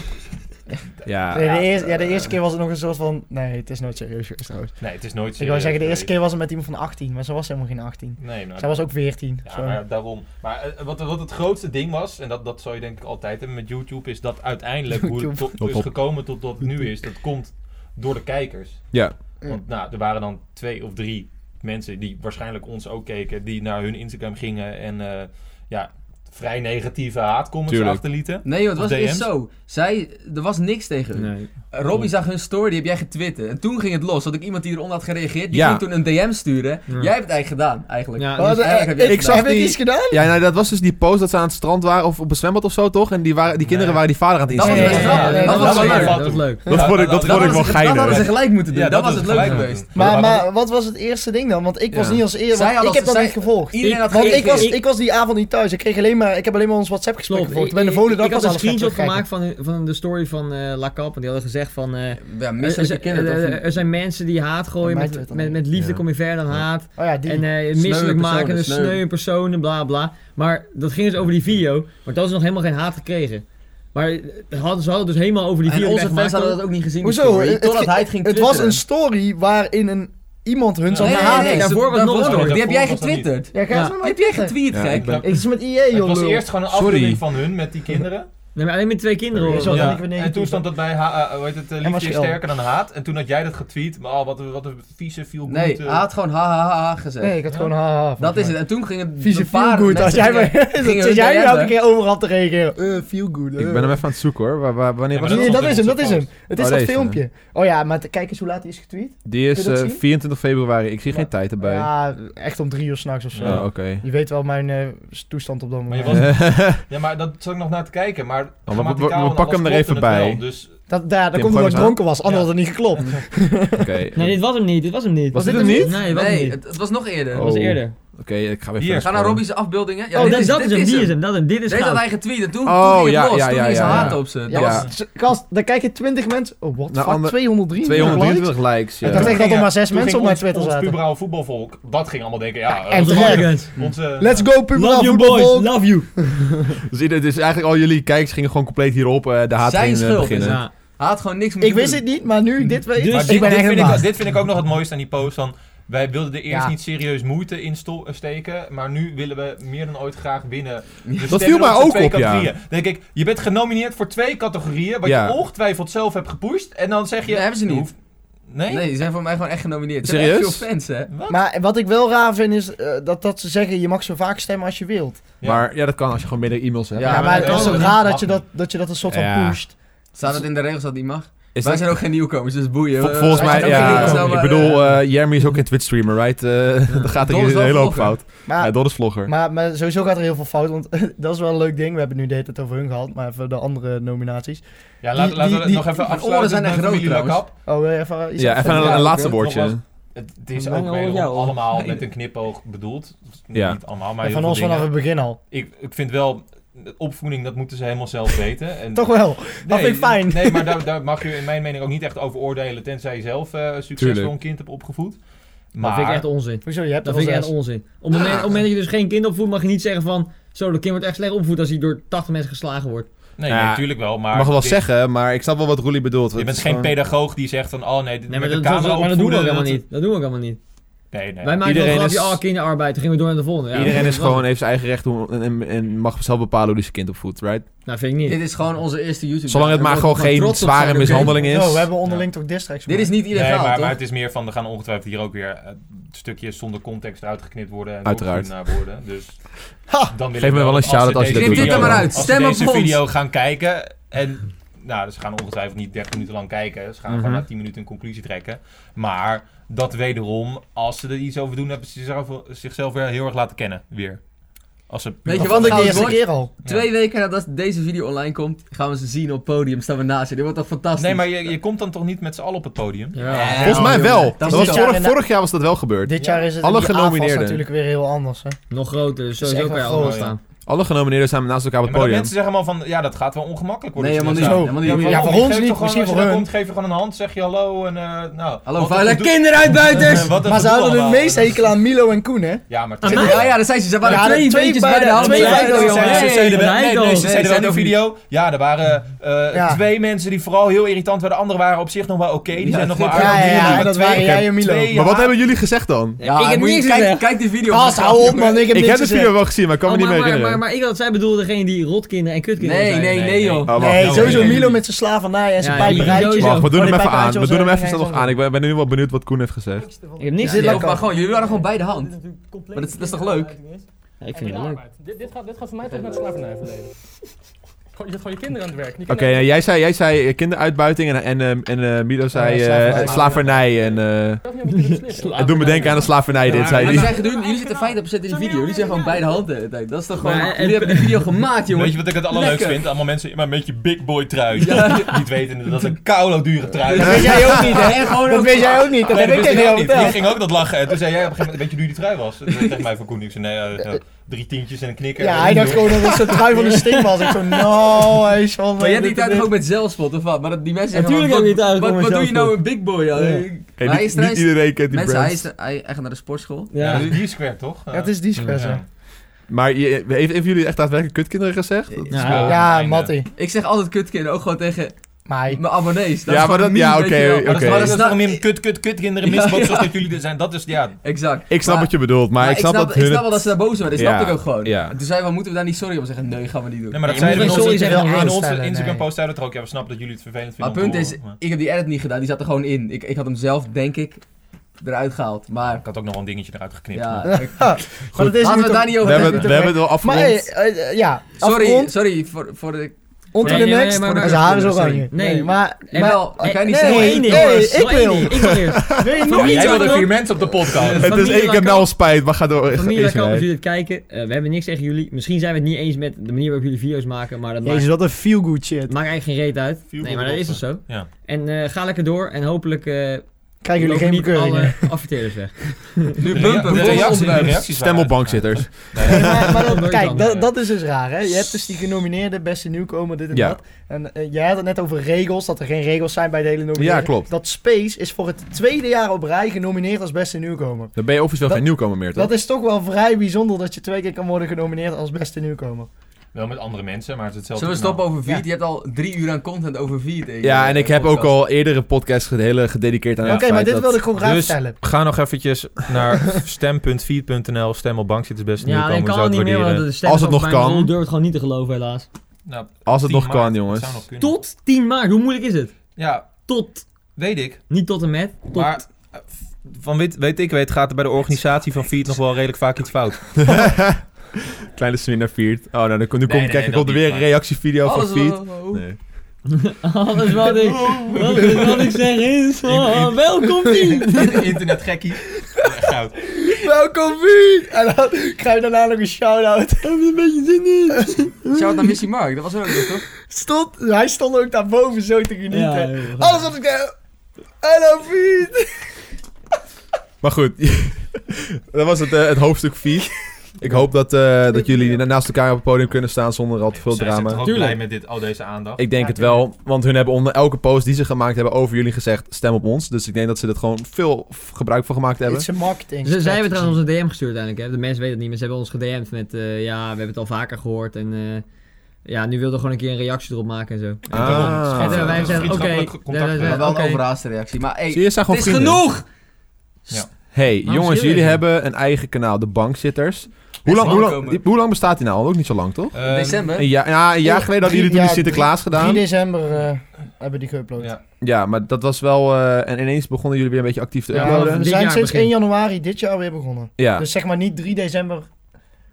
Ja. Nee, de eerste keer was het nog een soort van... Nee, het is nooit serieus geweest trouwens. nee, het is nooit Ik wou zeggen, de eerste keer. keer was het met iemand van 18, maar ze was helemaal geen 18. Nee, nou, Zij was ook 14. ja, zo. maar daarom. Maar wat het grootste ding was, en dat zou je denk ik altijd hebben met YouTube, is dat uiteindelijk hoe het YouTube. is gekomen tot wat het nu is, dat komt door de kijkers. Ja. Want nou, er waren dan 2 of 3 mensen die waarschijnlijk ons ook keken, die naar hun Instagram gingen en vrij negatieve haatcomments Tuurlijk. achterlieten. Nee joh, het was Of eerst DM's? zo. Er was niks tegen hun. Nee. Robbie zag hun story, die heb jij getwitterd. En toen ging het los. Had ik iemand die eronder had gereageerd, die Ja. ging toen een DM sturen. Ja. Jij hebt het eigenlijk gedaan, eigenlijk. Ja, Oh, dus- eigenlijk heb jij het ik gedaan. zag die- iets gedaan? Ja, nou, dat was dus die post dat ze aan het strand waren of op een zwembad of zo, toch? En die kinderen waren die vader aan het Dat was instellen. best grappig. Dat was wel leuk. Dat was leuk. Dat vond ik wel Dat hadden ze geinig. gelijk moeten doen. Ja, dat was het leuk gelijk geweest. moeten. Maar wat was het eerste ding dan? Want ik was Ja. niet als eerder. Zij Want had ik heb als- dat zij- niet gevolgd. Iedereen had Want gereageerd. ik was die avond niet thuis. Ik heb alleen maar ons WhatsApp gesprek Klopt. gevolgd. Ik ben de volgende dag ik had pas een alles gaan screenshot terugkijken. gemaakt van de story van La Cap. En die hadden gezegd van... Ja, misselijke kinderen. er zijn mensen die haat gooien. Mij Met, twittert met, dan. met liefde Ja. kom je verder dan haat. Oh ja, die. En Sneuwe misselijk maken, personen, sneu personen, bla bla. Maar dat ging dus over die video. Maar dat is nog helemaal geen haat gekregen. Maar ze hadden dus helemaal over die En video onze fans weggemaakt. hadden dat ook niet gezien. die Hoezo? story, Totdat hij het ging Het was twitteren. een story waarin iemand hun zou Nee, haten. nee, daarvoor was nog een story. Die heb jij was dat niet. getwitterd. Ja, ga Ja. eens Die maar heb jij twitteren. getweet, Ja, gek. ik ben- Het is met EA, Het joh. was lul. eerst gewoon een Sorry. afbeelding van hun met die kinderen. Nee, maar alleen met 2 kinderen. Ja, hoor. zo- Ja. ik weer negatief. En toen stond dat bij, hoe heet het, En liefde was is je al. sterker dan haat. En toen had jij dat getweet. Maar wat een vieze feel good. Nee, hij had gewoon ha ha ha gezegd. Nee, ik had gewoon haha. Dat is het. En toen ging het Vieze een paar feel good. Als mensen jij gingen zit jij nu DM'en. elke keer overal te reageren. Feel good. Ik ben hem even aan het zoeken hoor. Wanneer Ja, was maar dat? Nee, dat stond is in hem, onze dat is hem. post. Het is Oh, dat deze. filmpje. Oh ja, maar kijk eens hoe laat die is getweet. Die is Kun je dat zien? 24 februari. Ik zie geen tijd erbij. Ja, echt om 3 uur s'nachts of zo. Oh, oké. Je weet wel mijn toestand op dat Maar je moment. was- Ja, maar dat zat ik nog naar te kijken. Maar we grammaticaal en pakken hem er alles even klopte het bij. wel, Dus Dat Tim, komt omdat ik gewoon dronken was, anders Ja. had het niet geklopt. Oké. Nee, dit was hem niet. Dit was hem niet. Was dit hem niet? Nee, dit was hem Nee, niet. het was nog eerder. Dat was Oh. eerder. Oké, ik ga weer Hier. verder Ga naar scrollen. Robbie's afbeeldingen. Ja, Oh, dit dat is hem. Die is hem. hem. Dit is Deze had goud. hij getweet. Toen Oh, ging het ja, los. ja, Toen ja, ging ze ja. haat op ze. Ja, Dat Ja. was- Gast, dan kijk je 20 mensen. Oh, what the Nou, fuck? ander- 223 likes. 223 likes. Ik Ja. dacht echt dat er maar 6 toen mensen ging op mijn ons- Twitter ons zaten. puberaal voetbalvolk, dat ging allemaal denken, ja, en Onze terecht. hooligans. onze... Let's go, puberaal Love you boys. voetbalvolk. Love you. Dus eigenlijk al jullie kijkers gingen gewoon compleet hierop de haat Zijn heen schuld beginnen. is Ja. Hij had gewoon niks moeten Ik wist doen. het niet, maar nu ik dit weet, Dus Maar ik dit, ben dit, echt vind een ik, baas. dit vind ik ook nog het mooiste aan die post van... Wij wilden er eerst Ja. niet serieus moeite in steken, maar nu willen we meer dan ooit graag winnen. Dus Dat stemmen viel mij op de ook 2 op, ja. categorieën. Dan denk ik, je bent genomineerd voor 2 categorieën, wat Ja. je ongetwijfeld zelf hebt gepusht. En dan zeg je... Nee, hebben ze niet. hoeft- Nee? Nee, die zijn voor mij gewoon echt genomineerd. Ze hebben Serieus? echt veel fans, hè. Wat? Maar wat ik wel raar vind is dat ze zeggen, je mag zo vaak stemmen als je wilt. Ja. Maar ja, dat kan als je gewoon meerdere e-mails hebt. Ja, Ja, maar maar dat het is kan toch niet. raar Mag dat je dat een soort van Ja. pusht. Staat het in de regels dat die mag? Is Wij dat- zijn ook geen nieuwkomers, dus boeien. Volgens Wij mij, zijn ook geen ja. nieuwkomers, Ik bedoel, Jeremy is ook een Twitch-streamer, right? Dan gaat er Don is hier wel een hele hoop vlogger. fout. Maar, Ja, Don is vlogger. maar sowieso gaat er heel veel fout, want dat is wel een leuk ding. We hebben nu de hele tijd over hun gehad, maar even de andere nominaties. Ja, laten we het nog even oren afsluiten zijn met echt groot, familie La trouwens. Cap. Oh, even iets Ja, even een Ja, laatste oké. woordje. Nogmaals, Het is ook Lang wederom jou. allemaal met een knipoog bedoeld. Ja. Niet allemaal, maar En heel van ons veel vanaf dingen. het begin al. Ik vind wel, opvoeding, dat moeten ze helemaal zelf weten. En Toch wel. Dat vind ik fijn. Nee, maar daar mag je in mijn mening ook niet echt over oordelen, tenzij je zelf succesvol Tuurlijk. een kind hebt opgevoed. Dat vind ik echt onzin. Hoezo, je hebt Dat er al vind ik echt 6. onzin. Op het moment dat je dus geen kind opvoedt, mag je niet zeggen van... Zo, dat kind wordt echt slecht opgevoed als hij door 80 mensen geslagen wordt. Nee, Ja, natuurlijk wel, maar... Ik mag het wel dit- zeggen, maar ik snap wel wat Roelie bedoelt. Je Het bent is geen gewoon- pedagoog die zegt van, oh nee, Nee, maar met dat, de camera maar dat doen we ook opvoeden, helemaal niet. Dat doen we ook helemaal niet. Nee, nee. Wij maken Iedereen wel een grapje, is- kinderarbeid, dan gingen we door naar de volgende. Ja, Iedereen dat is gewoon, heeft zijn eigen recht en mag zelf bepalen hoe hij zijn kind opvoedt, right? Nou, vind ik niet. Dit is gewoon onze eerste YouTube. Zolang het maar gewoon geen zware mishandeling is. Oh, we hebben onderling toch distracts Dit is niet Nee, illegaal, maar toch? het is meer van, er gaan ongetwijfeld hier ook weer stukjes zonder context uitgeknipt worden en Uiteraard. doorgestuurd naar worden. Dus Ha! dan Geef me wel een shout-out als je dat Knip doet. dit er maar uit. Als ze Stem op deze ons. video gaan kijken en... Nou, dus ze gaan ongetwijfeld niet 30 minuten lang kijken. Ze gaan gewoon Mhm. na 10 minuten een conclusie trekken. Maar dat wederom, als ze er iets over doen, hebben ze zichzelf weer heel erg laten kennen. Weer. Als ze Weet je Dat wat vond ik de trouwens eerste wordt? keer al. 2 weken nadat deze video online komt, gaan we ze zien op het podium. Staan we naast je. Dit wordt toch fantastisch? Nee, maar je komt dan toch niet met z'n allen op het podium? Ja. Volgens mij wel. Dat Dat is was zo. vorig jaar was dat wel gebeurd. Dit jaar is het Alle die AFAS genomineerden. natuurlijk weer heel anders. Hè? Nog groter, dus Dat is sowieso echt kan je wel allemaal groot, staan. Alle genomineerden zijn naast elkaar op Ja, het maar dat podium. mensen zeggen allemaal van, ja, dat gaat wel ongemakkelijk worden. Nee, als je helemaal net niet. staat. Helemaal niet. Ja, voor geef ons toch niet, gewoon- misschien als je voor dan hun. komt, geef je gewoon een hand, zeg je hallo en nou... Hallo, wat vuile een gedoe- kinderuitbuiters! Wat een Maar ze gedoe hadden het allemaal. meest hekel aan Milo en Koen, hè? Ja, maar... Aan mij? Ja, dat zei ze. Ze waren Ja, 2 twee beetjes bij bij de de- hand. twee bij de- Nee, jongen. Ze zeiden wel- Rijko. nee, ze Nee, zeiden wel in de over die- video, ja, er waren Ja. 2 mensen die vooral heel irritant waren. De anderen waren op zich nog wel oké. Die Ja, zijn nog wel ja, aardig. ja, Jullie, ja, maar dat twee- waren jij en Milo. twee- Maar wat ja. hebben jullie gezegd dan? Ja, Ik heb moet je- niks kijk, gezegd. kijk die video. Gast, hou op, man. Ik heb Ik niks heb de gezegd. video wel gezien, maar ik kan me niet meer herinneren. Maar ik dacht dat zij bedoelde degene die rotkinderen en kutkinderen Nee, zijn. nee, nee, joh. Oh, wacht. Nee, Ja, sowieso nee, Milo nee. met zijn slavernij en zijn Ja, pijperijtje. sowieso. Wacht, we doen Oh, hem die even aan. pijperijtje We doen hem was even er nog aan. Ik ben nu wel benieuwd wat Koen heeft gezegd. Ik heb niks Ja, Nee, gezegd. dat joh, kan. maar gewoon, jullie waren gewoon bij de hand. Maar dat is toch leuk? Ja, ik vind het wel leuk. Dit gaat voor mij toch met slavernij verleden. Je hebt gewoon je kinderen aan het werk. Oké, jij zei kinderuitbuiting en Milo zei slavernij. slavernij. En het doet me denken aan de slavernij, dit zei Maar hij. jullie zitten 50% in de video. Jullie zijn gewoon bij de hand de hele tijd. Dat is toch gewoon... Maar- jullie hebben die video gemaakt, jongen. Weet je wat ik het allerleukst Lekker. vind? Allemaal mensen in maar een beetje big boy trui. Ja. Niet weten dat het een koude dure trui Dat is. weet jij ook niet, hè? En gewoon Dat ook- weet jij ook niet. Dat Nee, heb ik wist tegen jou ook niet. Die verteld. ging ook dat lachen. En toen zei jij op een gegeven moment, weet je hoe die trui was? Toen zei tegen mij van Koen, ik zei nee, 3 tientjes en een knikker. Ja, hij dacht gewoon dat het zo'n trui van de sting was. Ik zo, no, hij is van... Maar jij hebt die tijd ook met zelfspot of wat? Maar dat die mensen zeggen Natuurlijk van, heb je het wat, eigenlijk wat met doe je nou zelfspot. een big boy? Ja. Hey, Maar hij is niet trouwens- iedereen kent die Mensen, brands. hij gaat naar de sportschool. Ja. Die is square, toch? Ja, het is die square, Ja. Maar heeft jullie echt daadwerkelijk kutkinderen gezegd? Ja. Ja, Einde. Mattie. Ik zeg altijd kutkinderen, ook gewoon tegen Maar hij... mijn abonnees. Ja, maar dat- ja, oké, Maar dat is oké. toch nog meer kut kinderen Ja, misbot ja. zoals dat jullie er zijn. Dat is, ja... Exact. Ik snap Maar- wat je bedoelt, maar ik snap dat ik hun snap het- wel dat ze daar boos worden. Dat Ja, snap ik ook gewoon. ja. En toen zei we, moeten we daar niet sorry om zeggen? Nee, gaan we niet doen. Nee, maar dat Je zeiden we moet in geen onze, sorry zeggen aan in ons onze stellen, Instagram nee. post zeiden we het er ook. Ja, we snappen dat jullie het vervelend Maar vinden. het punt is, ik heb die edit niet gedaan. Die zat er gewoon in. Ik had hem zelf, denk ik, eruit gehaald. Maar Ik had ook nog wel een dingetje eruit geknipt. ja, maar- Maar dat is laten we nu het daar niet We over hebben, hebben. we hebben het wel Maar afgerond. ja, Sorry, afgerond. sorry voor de... Onto Nee, de nee, next. maar- En zijn haar is sorry. oranje. Nee. maar... Jawel, dat kan je niet nee, zeggen. één ding, nee, jongens. ik Nog één wil. ding. Ik wil eerst. Wil je nog Familie iets Jij wilde Lakkamp. 4 mensen op de podcast. Het is, familie ik heb Lakkamp. nou spijt, maar ga door. Familie Is Lakkamp, als hij. jullie het kijken, we hebben niks tegen jullie. Misschien zijn we het niet eens met de manier waarop jullie video's maken, maar dat Jezus, wat een feel-good shit. maakt eigenlijk geen reet uit. Feel Nee, maar good dat is dus zo. Ja. En ga lekker door en hopelijk Krijgen jullie lopen geen niet bekeuringen. alle adverteerders weg. Nu De bumpen, reacties Stem op bankzitters. Nee, maar Nooit kijk, dan. dat is dus raar, hè. Je hebt dus die genomineerde beste nieuwkomer, dit en Ja. dat. En jij had het net over regels, dat er geen regels zijn bij de hele nominering. Ja, klopt. Dat Space is voor het tweede jaar op rij genomineerd als beste nieuwkomer. Dan ben je officieel Dat- geen nieuwkomer meer, toch? Dat is toch wel vrij bijzonder dat je 2 keer kan worden genomineerd als beste nieuwkomer. Wel met andere mensen, maar het is hetzelfde. Zullen we stoppen kanaal. over Viet? Je hebt al 3 uur aan content over Viet. Ja, en ik heb ook al eerdere podcasts gededikeerd aan Ja. het Oké, maar feit dit dat- wilde ik gewoon graag Dus vertellen. ga nog eventjes naar stem.feed.nl, stem op bankzitters beste Ja, nieuwkomer, dat kan zou het het niet meer, want waarderen. de stem Als het van nog mijn kan. rol durft gewoon niet te geloven, helaas. Nou, Als het 10 nog kan, maart, jongens. dat zou nog kunnen. Tot 10 maart, hoe moeilijk is het? Ja, Tot, weet ik. niet tot en met, tot. Maar van weet gaat er bij de organisatie van Feed nog wel redelijk vaak iets fout. Kleine swing naar Viert. Oh, nou, dan komt nee, kijk, er dat komt er niet, weer maar- een reactievideo van Alles Feed. wel- Nee. Alles wat ik zeg is, welkom Piet. Internetgekkie. Goud. Welkom Piet! En dan krijg je daarna nog een shout-out. Heb je een beetje zin in? Shout naar Missy Mark, dat was er ook nog, toch? Hij stond ook daarboven zo te genieten. Ja, heel goed. Alles wat ik zei. Hallo Piet! Maar goed, dat was het hoofdstuk 4. Ik hoop dat jullie naast elkaar op het podium kunnen staan zonder al te veel Zij zijn toch drama. ook Tuurlijk. blij met al deze aandacht. Ik denk het wel, want hun hebben onder elke post die ze gemaakt hebben over jullie gezegd, stem op ons. Dus ik denk dat ze er gewoon veel gebruik van gemaakt hebben. Het is een marketing. Zij hebben trouwens onze DM gestuurd uiteindelijk. Hè. De mensen weten het niet, maar ze hebben ons gedM'd met... ja, we hebben het al vaker gehoord en... ja, nu wilden we gewoon een keer een reactie erop maken en zo. Ah. En wij zeggen, oké... Vriendschappelijk contact. ja, Maar wel oké. een overhaaste reactie. Maar hey, Zie je, zijn het gewoon is vrienden. genoeg! Hey, Nou, jongens, serieus, jullie hè? hebben een eigen kanaal, de Bankzitters. Best wel Hoe lang bestaat die nou al? Ook niet zo lang, toch? December? Een jaar geleden hadden jullie toen de Sinterklaas 3 gedaan. december hebben die geüpload. Ja. Ja, maar dat was wel... en ineens begonnen jullie weer een beetje actief te Ja, uploaden. we Dit zijn jaar sinds begin. 1 januari dit jaar weer begonnen. Ja. Dus zeg maar niet 3 december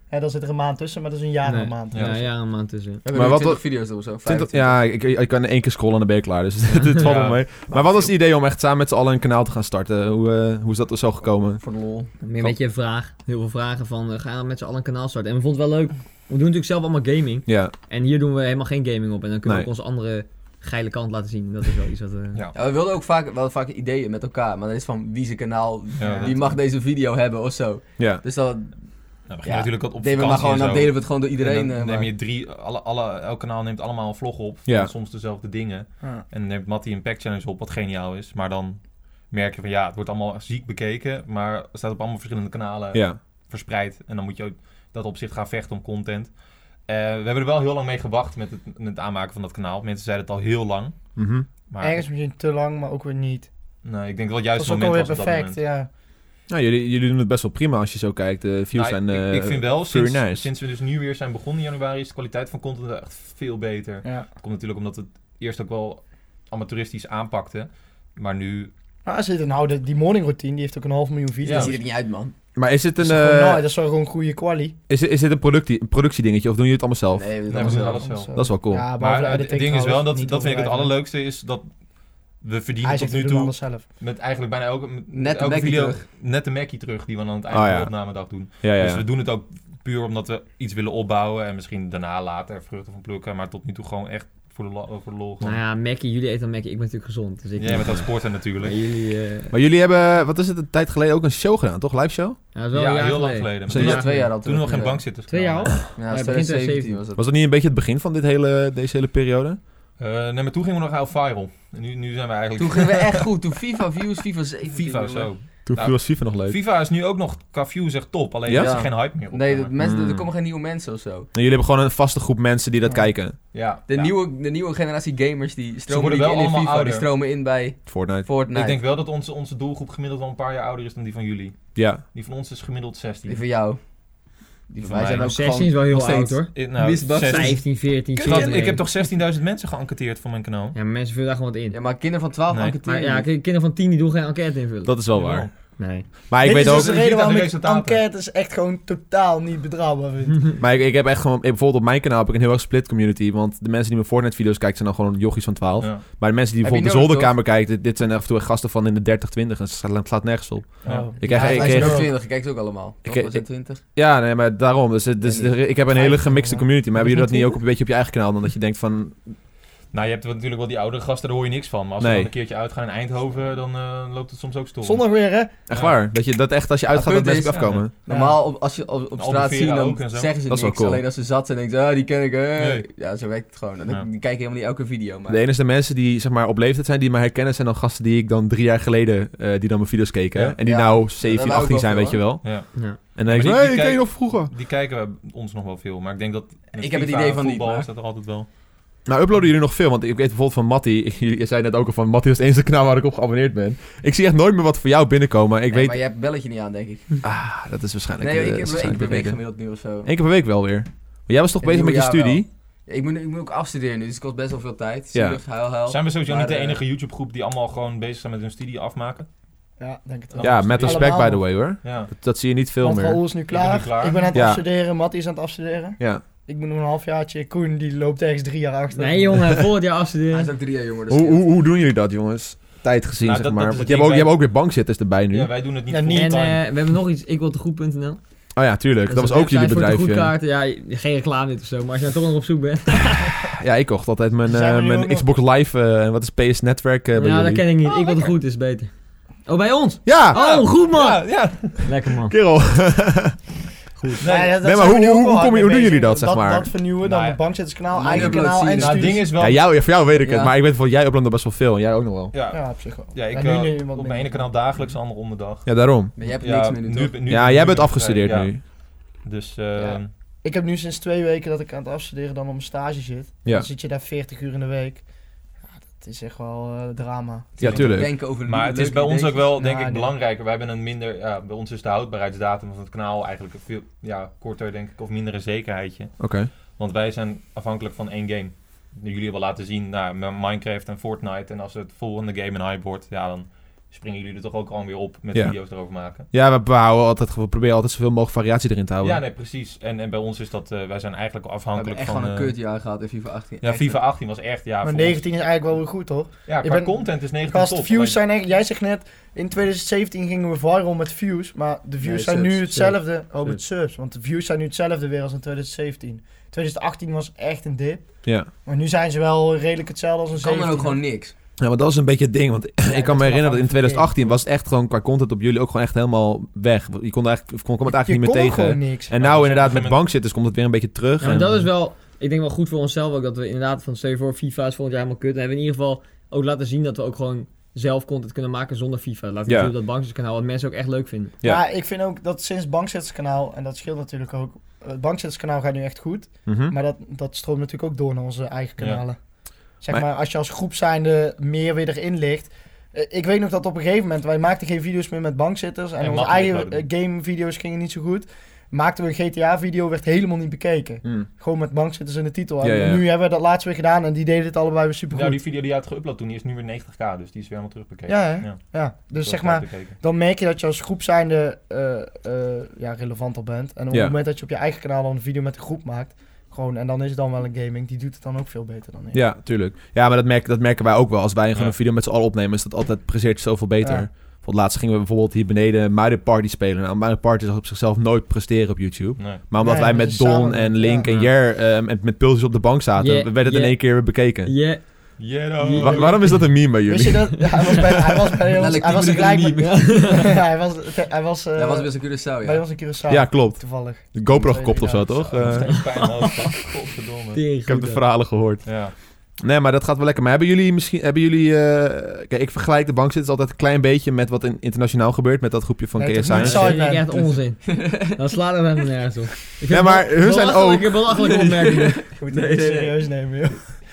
Ja, dan zit er een maand tussen, maar dat is een jaar en Nee. een maand. Ja, een maand tussen. We hebben Maar nu wat 20 video's of zo. 20 25. ja, ik kan in 1 keer scrollen en dan ben je klaar. Dus het valt Ja. wel mee. Maar wat was het idee om echt samen met z'n allen een kanaal te gaan starten? Hoe is dat er zo gekomen? Voor de lol. Meer een beetje een vraag. Heel veel vragen van, gaan we met z'n allen een kanaal starten? En we vonden het wel leuk. We doen natuurlijk zelf allemaal gaming. Ja, En hier doen we helemaal geen gaming op. En dan kunnen we Nee. ook onze andere geile kant laten zien. Dat is wel iets wat... Ja. Ja, we wilden ook vaak ideeën met elkaar, maar dan is van wie zijn kanaal, Ja, wie mag deze video hebben of zo. ja. Dus dan Nou, begin Ja, natuurlijk op deden we maar vakantie gewoon, en dan zo. delen we het gewoon door En iedereen. dan neem maar- je elk kanaal neemt allemaal een vlog op. Ja. Van soms dezelfde dingen. Ja. En dan neemt Mattie een pack challenge op, wat geniaal is. Maar dan merk je van ja, het wordt allemaal ziek bekeken. Maar het staat op allemaal verschillende kanalen Ja. verspreid. En dan moet je ook dat opzicht gaan vechten om content. We hebben er wel heel lang mee gewacht met het aanmaken van dat kanaal. Mensen zeiden het al heel lang. Mhm. Maar Ergens misschien te lang, maar ook weer niet. nee, ik denk dat Dat het juist is het ook moment alweer was op dat perfect, moment. ja. Nou, jullie doen het best wel prima als je zo kijkt. De views Nou, zijn ik vind wel, very sinds, nice. sinds we dus nu weer zijn begonnen in januari, is de kwaliteit van content echt veel beter. Ja. Dat komt natuurlijk omdat we het eerst ook wel amateuristisch aanpakten. Maar nu... Maar er zit die morning routine, die heeft ook 500.000 Dat video's. ziet er niet uit, man. Maar is het Dat een, is gewoon, dat is wel gewoon goede quali. is dit een productiedingetje of doen jullie het allemaal zelf? Nee, Nee, we doen alles zelf. Dat is wel cool. Ja, Maar het editing ding is wel, trouwens, dat niet vind ik het overdrijven. allerleukste, is dat we verdienen Hij tot zegt, nu we doen toe alles zelf. met eigenlijk bijna elke Net de elke Mackie video terug. net de Mackie terug die we aan het eind Oh, van ja. de opnamedag doen. Ja, ja, Dus ja. we doen het ook puur omdat we iets willen opbouwen en misschien daarna later vruchten van plukken. Maar tot nu toe gewoon echt voor de lol. Nou ja, Mackie, jullie eten dan Mackie. Ik ben natuurlijk gezond. Dus ik Jij bent aan het sporten natuurlijk. Maar jullie... Maar jullie hebben, wat is het, een tijd geleden ook een show gedaan, toch? Live show? Ja, dat is wel Ja, een jaar heel lang geleden. geleden. Dus Toen Ja. was 2 jaar al Toen we nog geen terug. bankzitters 2 jaar al? Ja, Ja, dat begin was 2017 2017 was het. Was dat niet een beetje het begin van deze hele periode? Nee, maar toen gingen we nog heel viral. En nu zijn we eigenlijk... Toen gingen we echt goed. Toen FIFA views, FIFA 17. FIFA jongen. zo. Toen Nou, was FIFA nog leuk. FIFA is nu ook nog qua views echt top. Alleen Ja? er is er geen hype meer op. Nee, zeg maar. mensen, er Mm. komen geen nieuwe mensen of zo. En jullie hebben gewoon een vaste groep mensen die dat Ja. kijken. Ja, De, ja. nieuwe generatie gamers die stromen worden niet wel in allemaal FIFA, ouder. die stromen in bij Fortnite. Fortnite. Ik denk wel dat onze doelgroep gemiddeld wel een paar jaar ouder is dan die van jullie. Ja. Die van ons is gemiddeld 16. Die van jou. Die van Van wij zijn mij. ook 16 is gewoon wel heel nog steeds. oud hoor. Nou, Wie is Bas? 16. 15, 14, Schat, 14. ik heb toch 16.000 mensen geënquêteerd voor mijn kanaal. Ja, maar mensen vullen daar gewoon wat in. Ja, maar kinderen van 12 Nee. enquêteren Maar ja, niet. kinderen van 10 die doen geen enquête invullen. Dat is wel Jawel. waar. Nee. Maar ik Dit weet is ook... dus de je reden ziet aan waarom de ik resultaten. enquêtes echt gewoon totaal niet betrouwbaar vind. Maar ik heb echt gewoon... Bijvoorbeeld op mijn kanaal heb ik een heel erg split community. Want de mensen die mijn Fortnite-video's kijken zijn dan gewoon jochies van 12. Ja. Maar de mensen die Heb je bijvoorbeeld de nodig, zolderkamer kijken... Dit zijn af en toe echt gasten van in de 30, 20. En het slaat nergens op. Ja. Ik krijg- Ja, ik wij zijn kreeg- ook 20, je kijkt ze ook allemaal. Toch? Ik- We zijn 20. Ja, nee, maar daarom. Dus ik heb een hele gemixte community. Maar hebben jullie dat niet ook 20? een beetje op je eigen kanaal? Dan dat je denkt van... Nou, je hebt natuurlijk wel die oudere gasten, daar hoor je niks van. Maar als we Nee. dan een keertje uitgaan in Eindhoven, dan loopt het soms ook stil. Zondag weer, hè? Echt Ja. waar. Dat je dat echt als je uitgaat dat punt mensen is- op je afkomen. Normaal, als je op straat Albufeira ziet, dan ook en zo. zeggen ze Dat is wel niks. cool. Alleen als ze zat zijn, denken ze, ah, die ken ik. Nee. Ja, zo werkt het gewoon. Dan Ja. die kijken helemaal niet elke video. Maar De enige mensen die zeg maar op leeftijd zijn, die mij herkennen, zijn dan gasten die ik dan 3 jaar geleden, die dan mijn video's keken. Ja. En die Ja. nou Dat 17, wou ik 18 zijn, wel weet je wel. Ja. Ja. En dan denk ik, die- hey, die ik ken je kijk- nog vroeger. Die kijken we ons nog wel veel. Maar ik denk dat... met Ik heb het FIFA idee en van niet, voetbal maar- is dat er altijd wel. Nou, uploaden jullie nog veel? Want ik weet bijvoorbeeld van Mattie, je zei net ook al van, Mattie is het enige kanaal waar ik op geabonneerd ben. Ik zie echt nooit meer wat voor jou binnenkomen. Ik Nee, weet, maar je hebt het belletje niet aan, denk ik. dat is waarschijnlijk... Nee, dat ik is heb één waarschijnlijk keer per week de reden. gemiddeld nu of zo. 1 keer per week wel weer. Maar jij was toch In bezig met je het nieuwe jaar studie? Ja, ik moet ook afstuderen nu, dus het kost best wel veel tijd. Ja. Zielig, huil. Zijn we sowieso Maar, niet de eh, enige YouTube-groep die allemaal gewoon bezig zijn met hun studie afmaken? Ja, denk het wel. Ja, met respect by Allemaal. the way hoor. Ja. Dat zie je niet veel Want meer. Raoul is nu ben klaar. nu klaar. Ik ben aan het Ja. afstuderen. Mattie is aan het afstuderen. Ja. Ik moet nog een halfjaartje. Koen, die loopt ergens 3 jaar achter. Nee jongen, volgend jaar Hij afstuderen. is ook 3 jaar jonger. dus Hoe doen jullie dat, jongens? Tijd gezien, Nou, zeg dat- maar. dat is Want het je hebt ding, ook weer bankzitters erbij nu. Ja, wij doen het niet Ja, fulltime. niet. En we hebben nog iets, ikwilte.goed.nl. Oh ja, tuurlijk. Dat was is een ook jullie website voor bedrijfje. tegoedkaarten. Ja, geen reclame dit of zo, maar als je nou toch nog op zoek bent. Ja, ik kocht altijd mijn, Zijn we nu ook mijn nog? Xbox Live en wat is PS Netwerk bij Ja, jullie. dat ken ik niet. Ikwilte goed is beter. Oh, bij ons? Ja! Oh, goed man! Ja, ja. Lekker man. Kerel. Nee, Nee, maar zijn we hoe- nu ook hoe wel hard doen mee jullie bezig. dat, zeg maar? Dat vernieuwen, dan Nou ja. het bankzitterskanaal, Mijn eigen upload kanaal zie je en dus. Nou, het ding studies. is wel... Voor jou weet ik het, Ja. maar ik weet van jij uploadt nog best wel veel en jij ook nog wel. Ja, Ja, op zich wel. ja, ik Ja, nu wat op mijn minder. ene kanaal dagelijks, de andere om de dag. Ja, daarom. Maar je hebt Ja, niks meer nu, toch? Ja, nu jij bent ben ik afgestudeerd vrij, ja. nu. Dus Ja. Ik heb nu sinds 2 weken dat ik aan het afstuderen dan op mijn stage zit. Ja. Dan zit je daar 40 uur in de week. Ja, dat is echt wel drama. Ja, tuurlijk. Denken over maar het is leuke bij ons ook ideetjes. wel, denk Ja, ik, nee. belangrijker. Wij hebben een minder... Ja, bij ons is de houdbaarheidsdatum van het kanaal eigenlijk een veel korter, denk ik, of mindere zekerheidje. Oké. Want wij zijn afhankelijk van 1 game. Jullie hebben laten zien, Minecraft en Fortnite. En als het volgende game een hype wordt, ja, dan springen jullie er toch ook gewoon weer op met Ja. video's erover maken. Ja, we proberen altijd zoveel mogelijk variatie erin te houden. Ja, nee, precies. En bij ons is dat, wij zijn eigenlijk We hebben afhankelijk echt van... gewoon een kutjaar gehad in FIFA 18. Ja, Echt, FIFA 18 was echt, ja... Maar voor 19 is eigenlijk wel weer goed, hoor. ons- Ja, Je qua bent- content is 19 Gast, top. views zijn echt... Jij zegt net, in 2017 gingen we viral met views. Maar de views Nee, zijn subs, nu hetzelfde. subs. Met subs. Want de views zijn nu hetzelfde weer als in 2017. 2018 was echt een dip. Ja. Maar nu zijn ze wel redelijk hetzelfde als een kan 17. dan ook gewoon niks. Ja, maar dat is een beetje het ding. Want ik kan dat me is herinneren dat in wel 2018 was het echt gewoon qua content op jullie ook gewoon echt helemaal weg. Je kon het eigenlijk niet meer tegen. Gewoon niks. En Maar nou dus inderdaad op een met gegeven bankzitters komt het weer een beetje terug. Ja, maar en- dat is wel, ik denk wel goed voor onszelf ook, dat we inderdaad van stel je voor FIFA is volgend jaar helemaal kut. Dan hebben we in ieder geval ook laten zien dat we ook gewoon zelf content kunnen maken zonder FIFA. Laten we Ja. zien op dat bankzitterskanaal, wat mensen ook echt leuk vinden. Ja. Ja, ik vind ook dat sinds Bankzitterskanaal, en dat scheelt natuurlijk ook, het Bankzitterskanaal gaat nu echt goed. Mhm. Maar dat stroomt natuurlijk ook door naar onze eigen Ja. kanalen. Zeg Maar- maar, als je als groep zijnde meer weer erin ligt. Ik weet nog dat op een gegeven moment, wij maakten geen video's meer met bankzitters. En En onze Mattie eigen uploaden. gamevideo's gingen niet zo goed. Maakten we een GTA-video, werd helemaal niet bekeken. Mm. Gewoon met bankzitters in de titel. Ja, En ja. nu hebben we dat laatst weer gedaan en die deden het allebei weer super Nou, goed. die video die je had geüpload toen, die is nu weer 90k, dus die is weer helemaal terugbekeken. Ja, hè? Ja, Ja, dus dat zeg is maar, bekeken. dan merk je dat je als groep zijnde relevanter bent. En op Ja. het moment dat je op je eigen kanaal dan een video met de groep maakt, gewoon, en dan is het dan wel een gaming, die doet het dan ook veel beter dan ik. Ja, tuurlijk. Ja, maar dat merken wij ook wel. Als wij gewoon Ja. een video met z'n allen opnemen, is dat altijd presteert zoveel beter. Ja. Voor laatst gingen we bijvoorbeeld hier beneden Mario Party spelen. Nou, Mario Party zal op zichzelf nooit presteren op YouTube. Nee. Maar omdat Nee, wij dat met is Don samen, en Link ja. en Jer met pulsjes op de bank zaten, Yeah, werd het in yeah. één keer weer bekeken. Yeah. Yeah, Waarom is dat een meme bij Wist je jullie? dat? Ja, hij was bij ons, Letterlijk hij was 10 er gelijk minuten bij, ja, hij was Dat was best een Curaçao, bij ja. ons in Curaçao. Ja, klopt. Toevallig. De GoPro gekopt of zo, toch? Nog steeds pijn in mijn hoofd. Godverdomme. Ik heb de verhalen gehoord. Ja. Nee, maar dat gaat wel lekker. Maar hebben jullie... Kijk, ik vergelijk de bankzitters altijd een klein beetje met wat internationaal gebeurt. Met dat groepje van Nee, KSI. toch niet Dat zo. vind ik echt onzin. Dan slaat het helemaal nergens op. Ik vind Ja, maar hun zijn ook... belachelijke opmerkingen. Moet Nee, het niet nee, nee. serieus nemen, joh.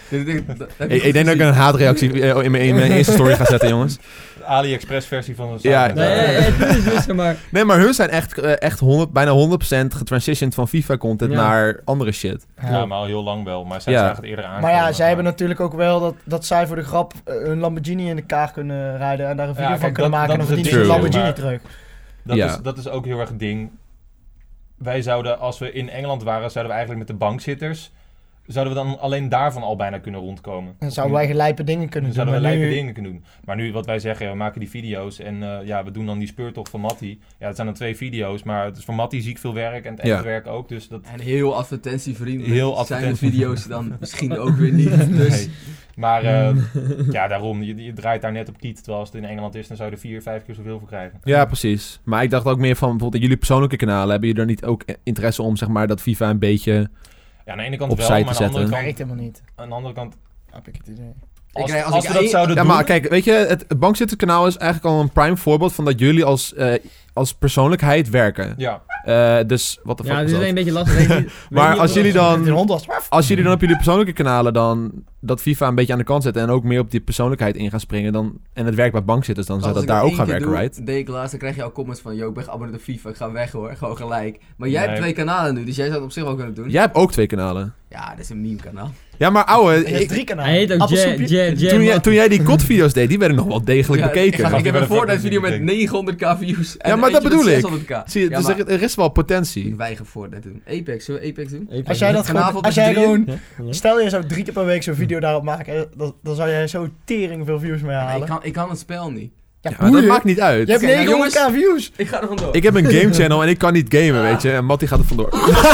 Ik denk dat ik een haatreactie in mijn eerste story ga zetten, jongens. De AliExpress versie van een Ja. site. Nee, het is dus, zeg maar... Nee, maar hun zijn echt bijna 100% getransitioned van FIFA-content Ja. naar andere shit. Ja, maar al heel lang wel. Maar zij Ja. zagen het eerder aan. Maar ja, zij hebben natuurlijk ook wel dat zij voor de grap een Lamborghini in de kaart kunnen rijden en daar een video Ja, van kijk, kunnen dat- maken en dat dan is verdienen het ze een ding. Lamborghini terug. Ja. Dat is ook heel erg het ding. Wij zouden, als we in Engeland waren, zouden we eigenlijk met de bankzitters... Zouden we dan alleen daarvan al bijna kunnen rondkomen. Dan zouden wij gelijpe dingen kunnen Dan doen. zouden we maar lijpe nu- dingen kunnen doen. Maar nu wat wij zeggen, we maken die video's en we doen dan die speurtocht van Mattie. Ja, het zijn dan 2 video's, maar het is voor Mattie ziek veel werk en het Ja. echt werk ook. Dus dat... En heel advertentievriendelijk. Heel Zijn de advertentie- video's dan misschien ook weer niet. Dus Nee. Maar ja, daarom, je draait daar net op kiet. Terwijl als het in Engeland is, dan zou je er 4, 5 keer zoveel voor krijgen. Ja, precies. Maar ik dacht ook meer van, bijvoorbeeld in jullie persoonlijke kanalen, hebben jullie er niet ook interesse om, zeg maar, dat FIFA een beetje... Ja, aan de ene kant Opzij wel, te maar aan de andere zetten. kant... Werkt helemaal niet. Aan de andere kant, Heb ik het idee. als krijg- als we ik dat één- zouden Ja, doen... maar kijk, weet je, het bankzitterkanaal is eigenlijk al een prime voorbeeld van dat jullie als persoonlijkheid werken. Ja, Dus, wat de fuck Ja, is dit is dat? een beetje lastig. Weet niet- Maar weet als niet jullie of- dan... De hond was... Als jullie dan op jullie persoonlijke kanalen dan dat FIFA een beetje aan de kant zetten en ook meer op die persoonlijkheid in gaan springen dan, en het werkt bij bankzitters, dan zou als dat ik daar dat ook gaan één keer werken, doe, right? deed ik laatst, dan krijg je al comments van... Yo, ik ben geabonneerd op FIFA, ik ga weg hoor. Gewoon gelijk. Maar jij Nee. hebt 2 kanalen nu, dus jij zou het op zich wel kunnen doen. Jij hebt ook 2 kanalen. Ja, dat is een meme kanaal. Ja, maar ouwe, Hij heeft 3 kanalen. Hij heet ook Appelsoepje. toen jij die COD-video's deed, die werden nog wel degelijk Ja, bekeken. Ik heb Die een werden Fortnite video met bekeken. 900k views. En Ja, maar dat eentje met bedoel ik. 600k. Zie je, Ja, dus maar er is wel potentie. ik weiger Fortnite doen. Apex, zullen we Apex doen? Als jij dat Vanavond gewoon... Als met jij z'n drieën? gewoon... Stel je zou 3 keer per week zo'n video daarop maken, dan zou jij zo tering veel views mee Maar halen. ik kan het spel niet. Ja, Ja, maar dat boeien. maakt niet uit. Je hebt Oké, nou, 900k views. Ik ga er vandoor. Ik heb een game channel en ik kan niet gamen, weet je. En Mattie gaat er vandoor.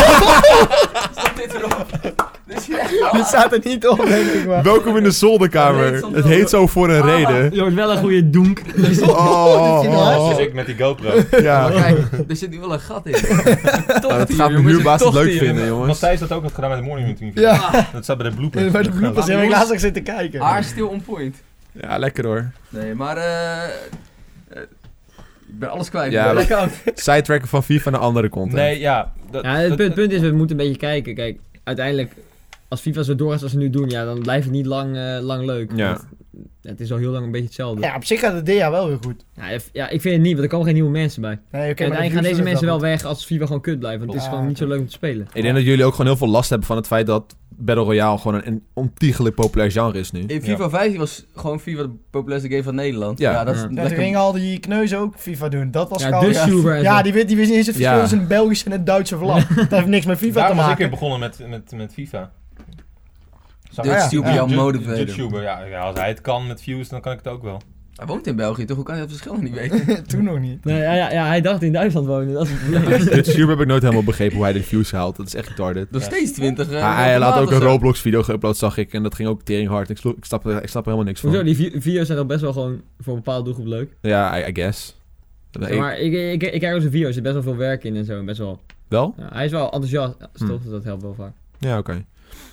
Stop dit erop. Dit is echt... Dit staat er niet op, denk ik maar. Welkom in de zolderkamer. Het heet zo voor een reden. Je wordt wel een goede donk. Oh, dus ik met die GoPro. Ja. Maar kijk, er zit nu wel een gat in. Dat gaat mijn huurbaas het leuk vinden, jongens. Matthijs dat ook had gedaan met de Morning Routine. Ja. Dat staat bij de bloopers. Bij de bloopers heb ik laatst nog zitten kijken. Haar stil on point. Ja, lekker hoor. Nee, maar ik ben alles kwijt. Ja, Ja, maar- lekker. Sidetracken van FIFA naar andere content. Nee, ja. Ja, het punt is, we moeten een beetje kijken. Kijk, uiteindelijk, als FIFA zo doorgaat als ze nu doen, ja, dan blijft het niet lang leuk. Ja. Want het is al heel lang een beetje hetzelfde. Ja, op zich gaat het DA wel weer goed. Ja, ik vind het niet, want er komen geen nieuwe mensen bij. Nee, oké, En maar uiteindelijk gaan deze mensen wel weg als FIFA gewoon kut blijft. Want het is Ja, gewoon niet zo leuk om te spelen. Ik denk dat jullie ook gewoon heel veel last hebben van het feit dat Battle Royale gewoon een ontiegelijk populair genre is nu. In FIFA 15 was gewoon FIFA de populairste game van Nederland. Ja. Dat is Ja. En lekker. toen gingen al die kneuzen ook FIFA doen. Dat was Ja, gewoon... dus Schuber en Ja, zo. die wist niet eens het verschil Ja. tussen een Belgische en een Duitse vlag. Dat heeft niks met FIFA te Daar was ik weer maken. begonnen met FIFA. Dutch ja. Schuber jou motiveren. Dutch Schuber, ja, als hij het kan met views, dan kan ik het ook wel. Hij woont in België, toch? Hoe kan hij dat verschil nog niet weten? Toen nog niet. Nee, ja, hij dacht in Duitsland wonen. Dat is het probleem. Dit Schuber heb ik nooit helemaal begrepen hoe hij de views haalt. Dat is echt retarded. Nog steeds 20. Hij laat ook een robots. Roblox-video geüpload, zag ik. En dat ging ook tering hard. Ik snap er helemaal niks Hoezo? van. Die video's zijn toch best wel gewoon voor een bepaalde doelgroep leuk. Ja, I guess. Zeg maar ik kijk ook zijn video's, er zit best wel veel werk in en zo. Best wel. Wel? Ja, hij is wel enthousiast, toch? Dat helpt wel vaak. Ja, oké.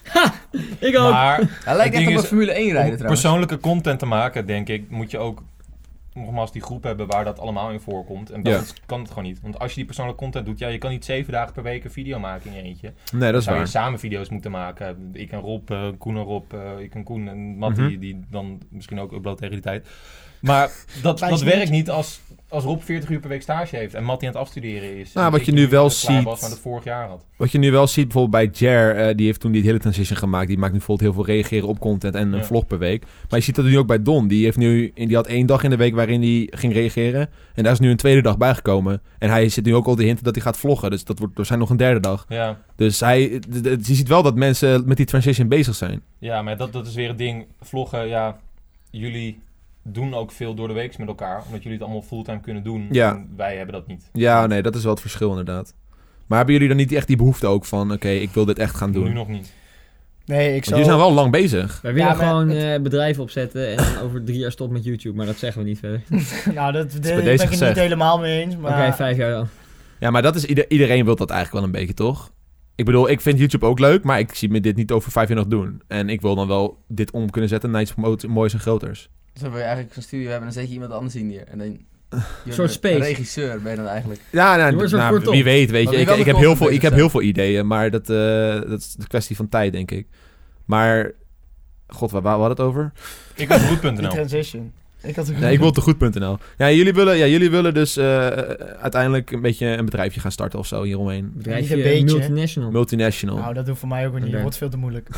Ik ook. Maar Hij lijkt Het echt ding op een is, Formule 1 rijden om trouwens. persoonlijke content te maken, denk ik, moet je ook nogmaals die groep hebben waar dat allemaal in voorkomt. En dat kan het gewoon niet. Want als je die persoonlijke content doet, ja, je kan niet 7 dagen per week een video maken in je eentje. Nee, dat Dan is zou je waar. samen video's moeten maken. Ik en Rob, Koen en Rob, ik en Koen en Mattie, Mhm. die dan misschien ook upload tegen die tijd. Maar dat Lijst werkt niet. niet als Rob 40 uur per week stage heeft en Mattie aan het afstuderen is. Nou, En wat ik je nu niet wel klaar ziet- was, maar dat vorig jaar had. Wat je nu wel ziet bijvoorbeeld bij Jer, die heeft toen die hele transition gemaakt. Die maakt nu bijvoorbeeld heel veel reageren op content en een Ja. vlog per week. Maar je ziet dat nu ook bij Don. Die had 1 dag in de week waarin hij ging reageren. En daar is nu een tweede dag bijgekomen. En hij zit nu ook al de hint dat hij gaat vloggen. Dus dat wordt waarschijnlijk nog een 3e dag. Ja. Dus je ziet wel dat mensen met die transition bezig zijn. Ja, maar dat is weer het ding. Vloggen, ja, jullie doen ook veel door de week met elkaar. Omdat jullie het allemaal fulltime kunnen doen. Ja. En wij hebben dat niet. Ja, nee, dat is wel het verschil inderdaad. Maar hebben jullie dan niet echt die behoefte ook van... Oké, ik wil dit echt gaan doen? Nu Want nog niet. Nee, ik jullie zijn zou... wel lang bezig. Wij willen Ja, maar gewoon bedrijven opzetten en dan over 3 jaar stop met YouTube. Maar dat zeggen we niet verder. Nou, dat bij ben deze ik het gezegd. niet helemaal mee eens. Oké, Maar 5 jaar dan. Ja, maar dat is iedereen wil dat eigenlijk wel een beetje, toch? Ik bedoel, ik vind YouTube ook leuk, maar ik zie me dit niet over 5 jaar nog doen. En ik wil dan wel dit om kunnen zetten naar iets moois en groters. Dus dan wil je eigenlijk een studio hebben en dan zet je iemand anders in hier. En dan... Een soort space. regisseur ben je dan eigenlijk. Ja, Je wordt zo'n kort op. wie weet, weet Maar je. wil je Ik wel heb de heel veel, content ik heb bezig heel veel ideeën, maar dat is een kwestie van tijd, denk ik. Maar, god, waar hadden we het over? Ik ben die goed.nl. transition. Ik had het Nee, ik wil te goed.nl. Ja, jullie willen dus uiteindelijk een beetje een bedrijfje gaan starten of zo hieromheen. Bedrijfje Niet een beetje. multinational. Multinational. Nou, dat hoeft voor mij ook niet. Oké. Dat wordt veel te moeilijk.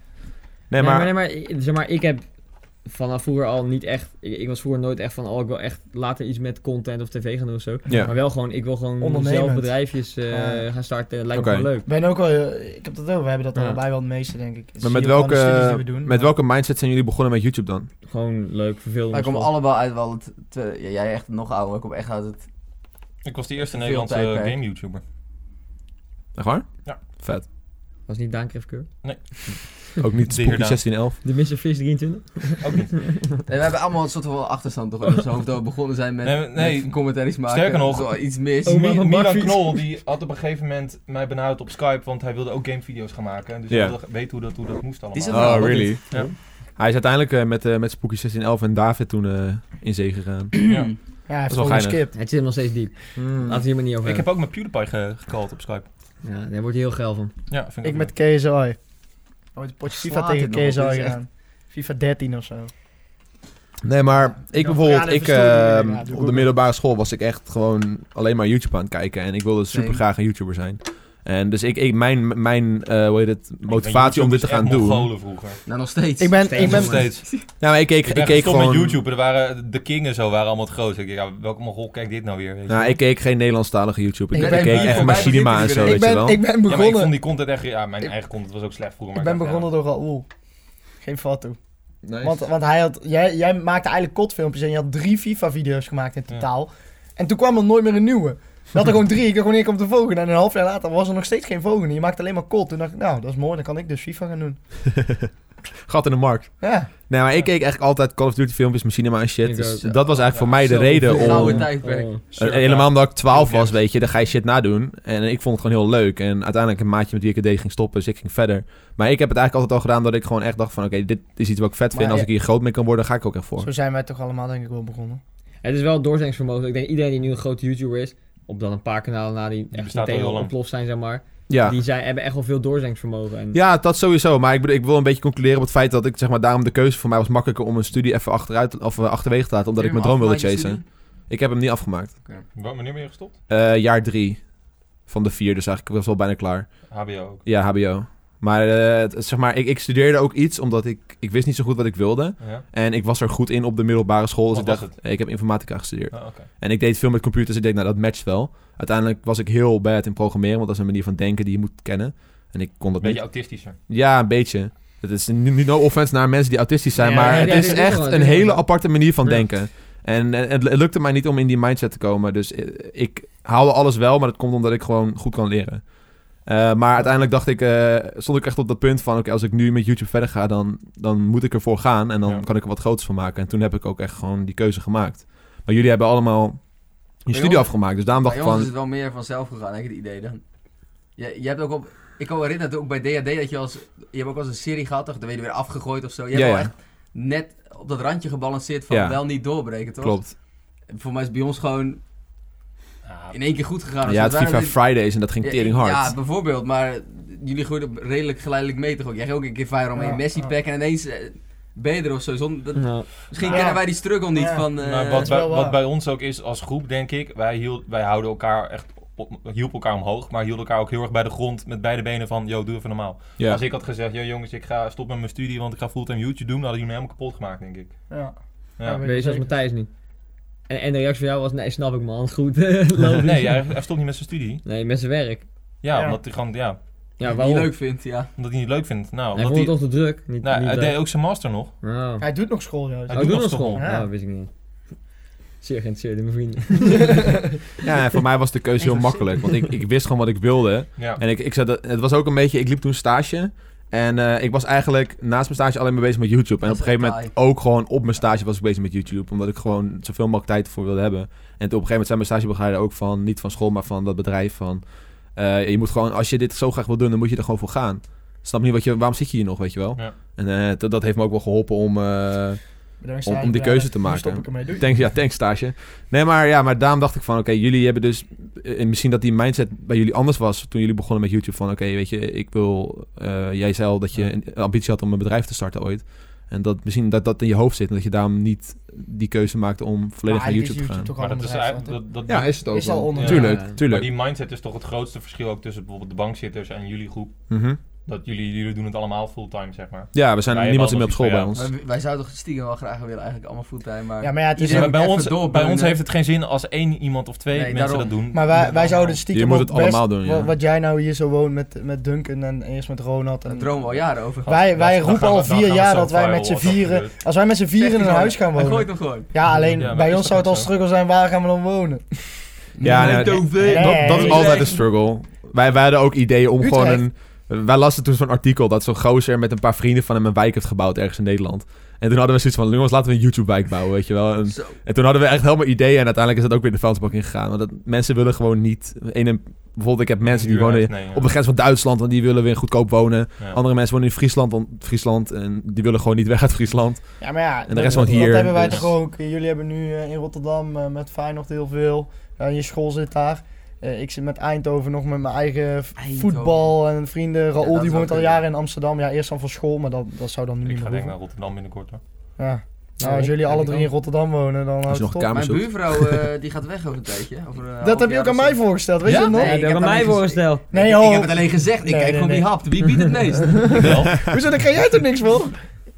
Nee, maar... zeg maar, ik heb vanaf vroeger al niet echt... Ik was vroeger nooit echt van... Oh, ik wil echt later iets met content of tv gaan doen of zo. Ja. Maar wel gewoon... Ik wil gewoon Ondernemend. zelf bedrijfjes gaan starten. Lijkt me Oké. gewoon leuk. Ik ben ook wel... Ik heb dat ook. We hebben dat Ja. allebei wel het meeste, denk ik. Dat Maar zie met je ook aan de studies die welke, we doen, met maar- welke mindset zijn jullie begonnen met YouTube dan? Gewoon leuk, vervelend. Wij komen allemaal uit wel het... Ja, jij echt nog ouder, ik kom echt uit het... Ik was de eerste Veel Nederlandse tijdperk. game-YouTuber. Echt waar? Ja. Vet. Was niet Daan Krefkeur? Ook niet De Spooky heer Daan. 1611. De Mr. Fish 23? Ook niet. Nee, we hebben allemaal een soort van achterstand toch in ons hoofd dat we begonnen zijn met, Nee, met commentaries maken. sterker nog, Zo iets mis. Oh, maar van Milan bakfiets. Knol die had op een gegeven moment mij benaderd op Skype, want hij wilde ook gamevideo's gaan maken. Dus Ja. hij wilde weten hoe dat moest allemaal. Is dat Oh, nou, wat really? dit? Ja. Hij is uiteindelijk met Spooky 1611 en David toen in zee gegaan. Ja. Ja, hij Dat heeft is wel gewoon geinig. geskipt. Het zit hem nog steeds diep. Laten we hier maar niet over Ik heb hebben. ook met PewDiePie gecallt op Skype. Ja, daar wordt hij heel geil van. Ja, vind Ik ook met leuk. KSI. Ooit een potje FIFA Slaat tegen dit nog op, KSI dit is echt- gedaan. FIFA 13 of zo. Nee, maar ik dan bijvoorbeeld, verraden even story, ja, doe ik op ook de middelbare school was ik echt gewoon alleen maar YouTube aan het kijken. En ik wilde super Same. graag een YouTuber zijn. En dus mijn hoe heet het, motivatie om dit te gaan doen. Mongolen vroeger. Nou, nog steeds. Ik ben Nog steeds. Ja, maar ik Ik ben keek gestopt gewoon... met YouTube. Er waren, de King en zo waren allemaal het grootste. Ik dacht, ja, welke Mongool kijkt dit nou weer? Weet je Nou, wel? ik keek geen Nederlandstalige YouTube. Ik Ik keek ben echt voorbij Machinima en zo, begint weet je wel. ik ben ja, maar ik vond begonnen, die content echt... Ja, mijn Ik- eigen content was ook slecht vroeger. ik Maar ben dacht, begonnen door Raoul. Geen foto. Nice. Want hij had, jij maakte eigenlijk kotfilmpjes en je had 3 FIFA-video's gemaakt in totaal. En toen kwam er nooit meer een nieuwe. Je had er gewoon 3, ik dacht wanneer komt de volgende. En een half jaar later was er nog steeds geen volgende. Je maakte alleen maar kot. Toen dacht ik, nou, dat is mooi, dan kan ik dus FIFA gaan doen. Gat in de markt. Ja, Nee, maar ik keek echt altijd Call of Duty filmpjes, Machinima en shit. Ik Dus ook. dat was eigenlijk voor mij de Zo, reden gouden om... tijdperk. Oh. En helemaal omdat ik 12 was, Ja. weet je, dan ga je shit nadoen. En ik vond het gewoon heel leuk. En uiteindelijk een maatje met wie ik het deed ging stoppen, dus ik ging verder. Maar ik heb het eigenlijk altijd al gedaan dat ik gewoon echt dacht van... Oké, dit is iets wat ik vet vind. Maar Als ja. ik hier groot mee kan worden, ga ik ook echt voor. zo zijn wij toch allemaal denk ik wel begonnen. Het is wel het doorzettingsvermogen. Ik denk iedereen die nu een grote YouTuber is, op dan een paar kanalen na die echt bestaat al meteen heel lang. ontploft zijn, zeg maar. Ja. Die hebben echt wel veel doorzettingsvermogen. En Ja, dat sowieso. Maar ik bedoel, ik wil een beetje concluderen op het feit dat ik, zeg maar, daarom de keuze voor mij was makkelijker om een studie even achterwege te laten, omdat ik mijn droom wilde chasen. Ik heb hem niet afgemaakt. Wanneer ben je gestopt? Jaar 3 van de 4, dus eigenlijk was wel bijna klaar. HBO ook. Ja, HBO. Maar, zeg maar ik studeerde ook iets omdat ik wist niet zo goed wat ik wilde. Ja. En ik was er goed in op de middelbare school. Dus Wat ik was dacht, ik heb informatica gestudeerd. Ah, oké. En ik deed veel met computers. Ik dacht, nou dat matcht wel. Uiteindelijk was ik heel bad in programmeren. Want dat is een manier van denken die je moet kennen. En ik kon dat Een beetje niet. autistischer. Ja, een beetje. Het is niet no offense naar mensen die autistisch zijn. Ja, maar ja, het ja, is dit is echt wel- een dit is hele wel- aparte manier van Ja. denken. En het lukte mij niet om in die mindset te komen. Dus ik haalde alles wel. Maar dat komt omdat ik gewoon goed kan leren. Maar uiteindelijk dacht ik, stond ik echt op dat punt van... Oké, als ik nu met YouTube verder ga, dan moet ik ervoor gaan. En dan Ja. kan ik er wat groters van maken. En toen heb ik ook echt gewoon die keuze gemaakt. Maar jullie hebben allemaal je studie ons- afgemaakt. Dus daarom dacht Bij ik ons is van... het wel meer vanzelf gegaan, heb ik het idee dan. Je hebt ook op... Ik kan me herinneren dat ook bij DHD dat je hebt ook als een serie gehad, toch? Dan ben je weer afgegooid of zo. Je hebt Ja, wel ja. echt net op dat randje gebalanceerd van Ja. wel niet doorbreken, toch? Klopt. Voor mij is het bij ons gewoon Ja, in één keer goed gegaan. Ja, het waren FIFA dit- Fridays en dat ging tering hard. Ja, bijvoorbeeld. Maar jullie groeiden redelijk geleidelijk mee, toch ook? Jij ging ook een keer viral met Ja, een Messi-pack en ineens ben je er of zo. Nou, Misschien Ja. kennen wij die struggle niet Ja. van... maar is wel waar. wat bij ons ook is als groep, denk ik, wij houden elkaar echt hielpen elkaar omhoog, maar hielden elkaar ook heel erg bij de grond met beide benen van, yo, doe even normaal. Ja. Als ik had gezegd, yo jongens, ik ga stoppen met mijn studie, want ik ga fulltime YouTube doen, dan hadden jullie me helemaal kapot gemaakt, denk ik. Ja. Ja. Ja, weet je, zoals Matthijs niet. En de reactie van jou was, nee, snap ik man, goed. Logisch. Nee, hij stopt niet met zijn studie. Nee, met zijn werk. Ja, Ja. omdat hij gewoon, Ja, niet waarom? leuk vindt, ja. omdat hij niet leuk vindt. Nou, Hij omdat vond het hij, toch te druk? Niet, nou, niet hij leuk. deed ook zijn master nog. Oh. Hij doet nog school juist. Hij Oh, doet doe nog nog school? school. Ja. Ja, wist ik niet. Zeer geïnteresseerd in mijn vrienden. Ja, en voor mij was de keuze heel makkelijk. Want ik wist gewoon wat ik wilde. Ja. En ik zei dat, het was ook een beetje... Ik liep toen stage. En ik was eigenlijk naast mijn stage alleen maar bezig met YouTube. En Dat op is een gegeven echt moment ook gewoon op mijn stage was ik bezig met YouTube. Omdat ik gewoon zoveel mogelijk tijd voor wilde hebben. En toen op een gegeven moment zei mijn stagebegeleider ook van... Niet van school, maar van dat bedrijf van... je moet gewoon, als je dit zo graag wil doen, dan moet je er gewoon voor gaan. Snap niet waarom zit je hier nog, weet je wel? Ja. En dat heeft me ook wel geholpen Bedankt, om die keuze te Nu maken. stop ik ermee. Doei. Thanks stage. Nee, maar daarom dacht ik van... Oké, jullie hebben dus... misschien dat die mindset bij jullie anders was... toen jullie begonnen met YouTube. Van oké, weet je, ik wil... jij zei al dat je een ambitie had om een bedrijf te starten ooit. En dat misschien dat in je hoofd zit... en dat je daarom niet die keuze maakte om volledig naar YouTube te gaan. toch Maar al dat een is bedrijf, eigenlijk... want Dat, Ja, is het ook Is al wel. onder- Tuurlijk, Ja. tuurlijk. Maar die mindset is toch het grootste verschil ook tussen bijvoorbeeld de bankzitters en jullie groep. Mhm. Dat jullie doen het allemaal fulltime, zeg maar. Ja, we zijn Wij niemand hebben meer op school altijd bij ons. Wij zouden toch stiekem wel graag willen, eigenlijk allemaal fulltime, maar... Ja, maar ja, het is Iedereen bij, moet ons, even bij doorbeunen. ons heeft het geen zin als één iemand of twee Nee, mensen daarom. dat doen. Maar wij zouden stiekem Je moet ook het allemaal best- doen, ja. Wat jij nou hier zo woont met Duncan en eerst met Ronald. Daar En dromen we al jaren over. wij Dan roepen gaan al we- dan 4 gaan we jaar zo dat wij viral met z'n als dat vieren... gebeurt. Als wij met z'n vieren in een huis gaan Hij wonen... gooit hem gewoon. Ja, alleen Ja, maar bij is ons dat zou het al niet zo? struggle zijn, waar gaan we dan wonen? Ja, Nee, nee, dat is nee. altijd een struggle. Wij hadden ook ideeën om Utrecht. gewoon een... Wij lazen toen zo'n artikel dat zo'n gozer met een paar vrienden van hem een wijk heeft gebouwd ergens in Nederland. En toen hadden we zoiets van, jongens, laten we een YouTube-wijk bouwen, weet je wel. Zo. En toen hadden we echt helemaal ideeën en uiteindelijk is dat ook weer de vuilnisbak ingegaan. Want dat, mensen willen gewoon niet... Bijvoorbeeld, ik heb mensen die wonen op de grens van Duitsland, want die willen weer goedkoop wonen. Ja. Andere mensen wonen in Friesland en die willen gewoon niet weg uit Friesland. Ja, maar ja, En de rest woont hier, dat hebben wij dus- toch ook. Jullie hebben nu in Rotterdam met Feyenoord heel veel. Je school zit daar. Ik zit met Eindhoven nog met mijn eigen Eindhoven. voetbal en vrienden. Raoul dat die zou woont al kunnen. jaren in Amsterdam. Ja, eerst dan voor school, maar dat zou dan nu Ik niet ga meer denk ik hoeven. naar Rotterdam binnenkort hoor. Ja. Nou, als jullie alle ik drie in ook. Rotterdam wonen, dan Als houdt je het nog op. een kamer Mijn zoekt. buurvrouw die gaat weg over een tijdje. Over een Dat half heb je jaar ook aan of mij zo. voorgesteld, weet Ja? je het nog? Nee, Nee, ik dat heb heb daar mij niks- voorgesteld. Nee, Ik joh. heb het alleen gezegd. Ik Nee, kijk nee, op die nee. hap. Wie biedt het meest? Hoezo, daar kan jij toch niks voor?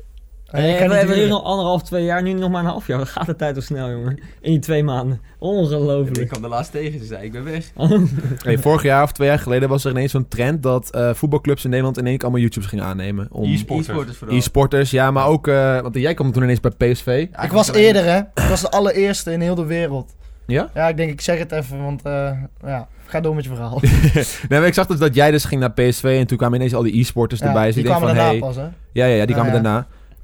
We hebben hier nog 1,5, 2 jaar, nu nog maar een half jaar. Dan gaat de tijd al snel, jongen. In die 2 maanden. Ik Ongelooflijk. kwam de laatst tegen. Ze zei, ik ben weg. Hey, vorig jaar of 2 jaar geleden was er ineens zo'n trend dat voetbalclubs in Nederland in één keer allemaal YouTubes gingen aannemen. Om E-sporters. vooral. e-sporters, ja, maar ook... want jij kwam toen ineens bij PSV. Ja, Ik was eerder, hè. Ik was de allereerste in heel de wereld. Ja? Ja, ik denk, ik zeg het even, want ja, ga door met je verhaal. Nee, maar ik zag dus dat jij dus ging naar PSV en toen kwamen ineens al die e-sporters erbij. Dus die ik denk kwamen van, daarna hey, pas, hè. ja, die kwamen ja. daarna.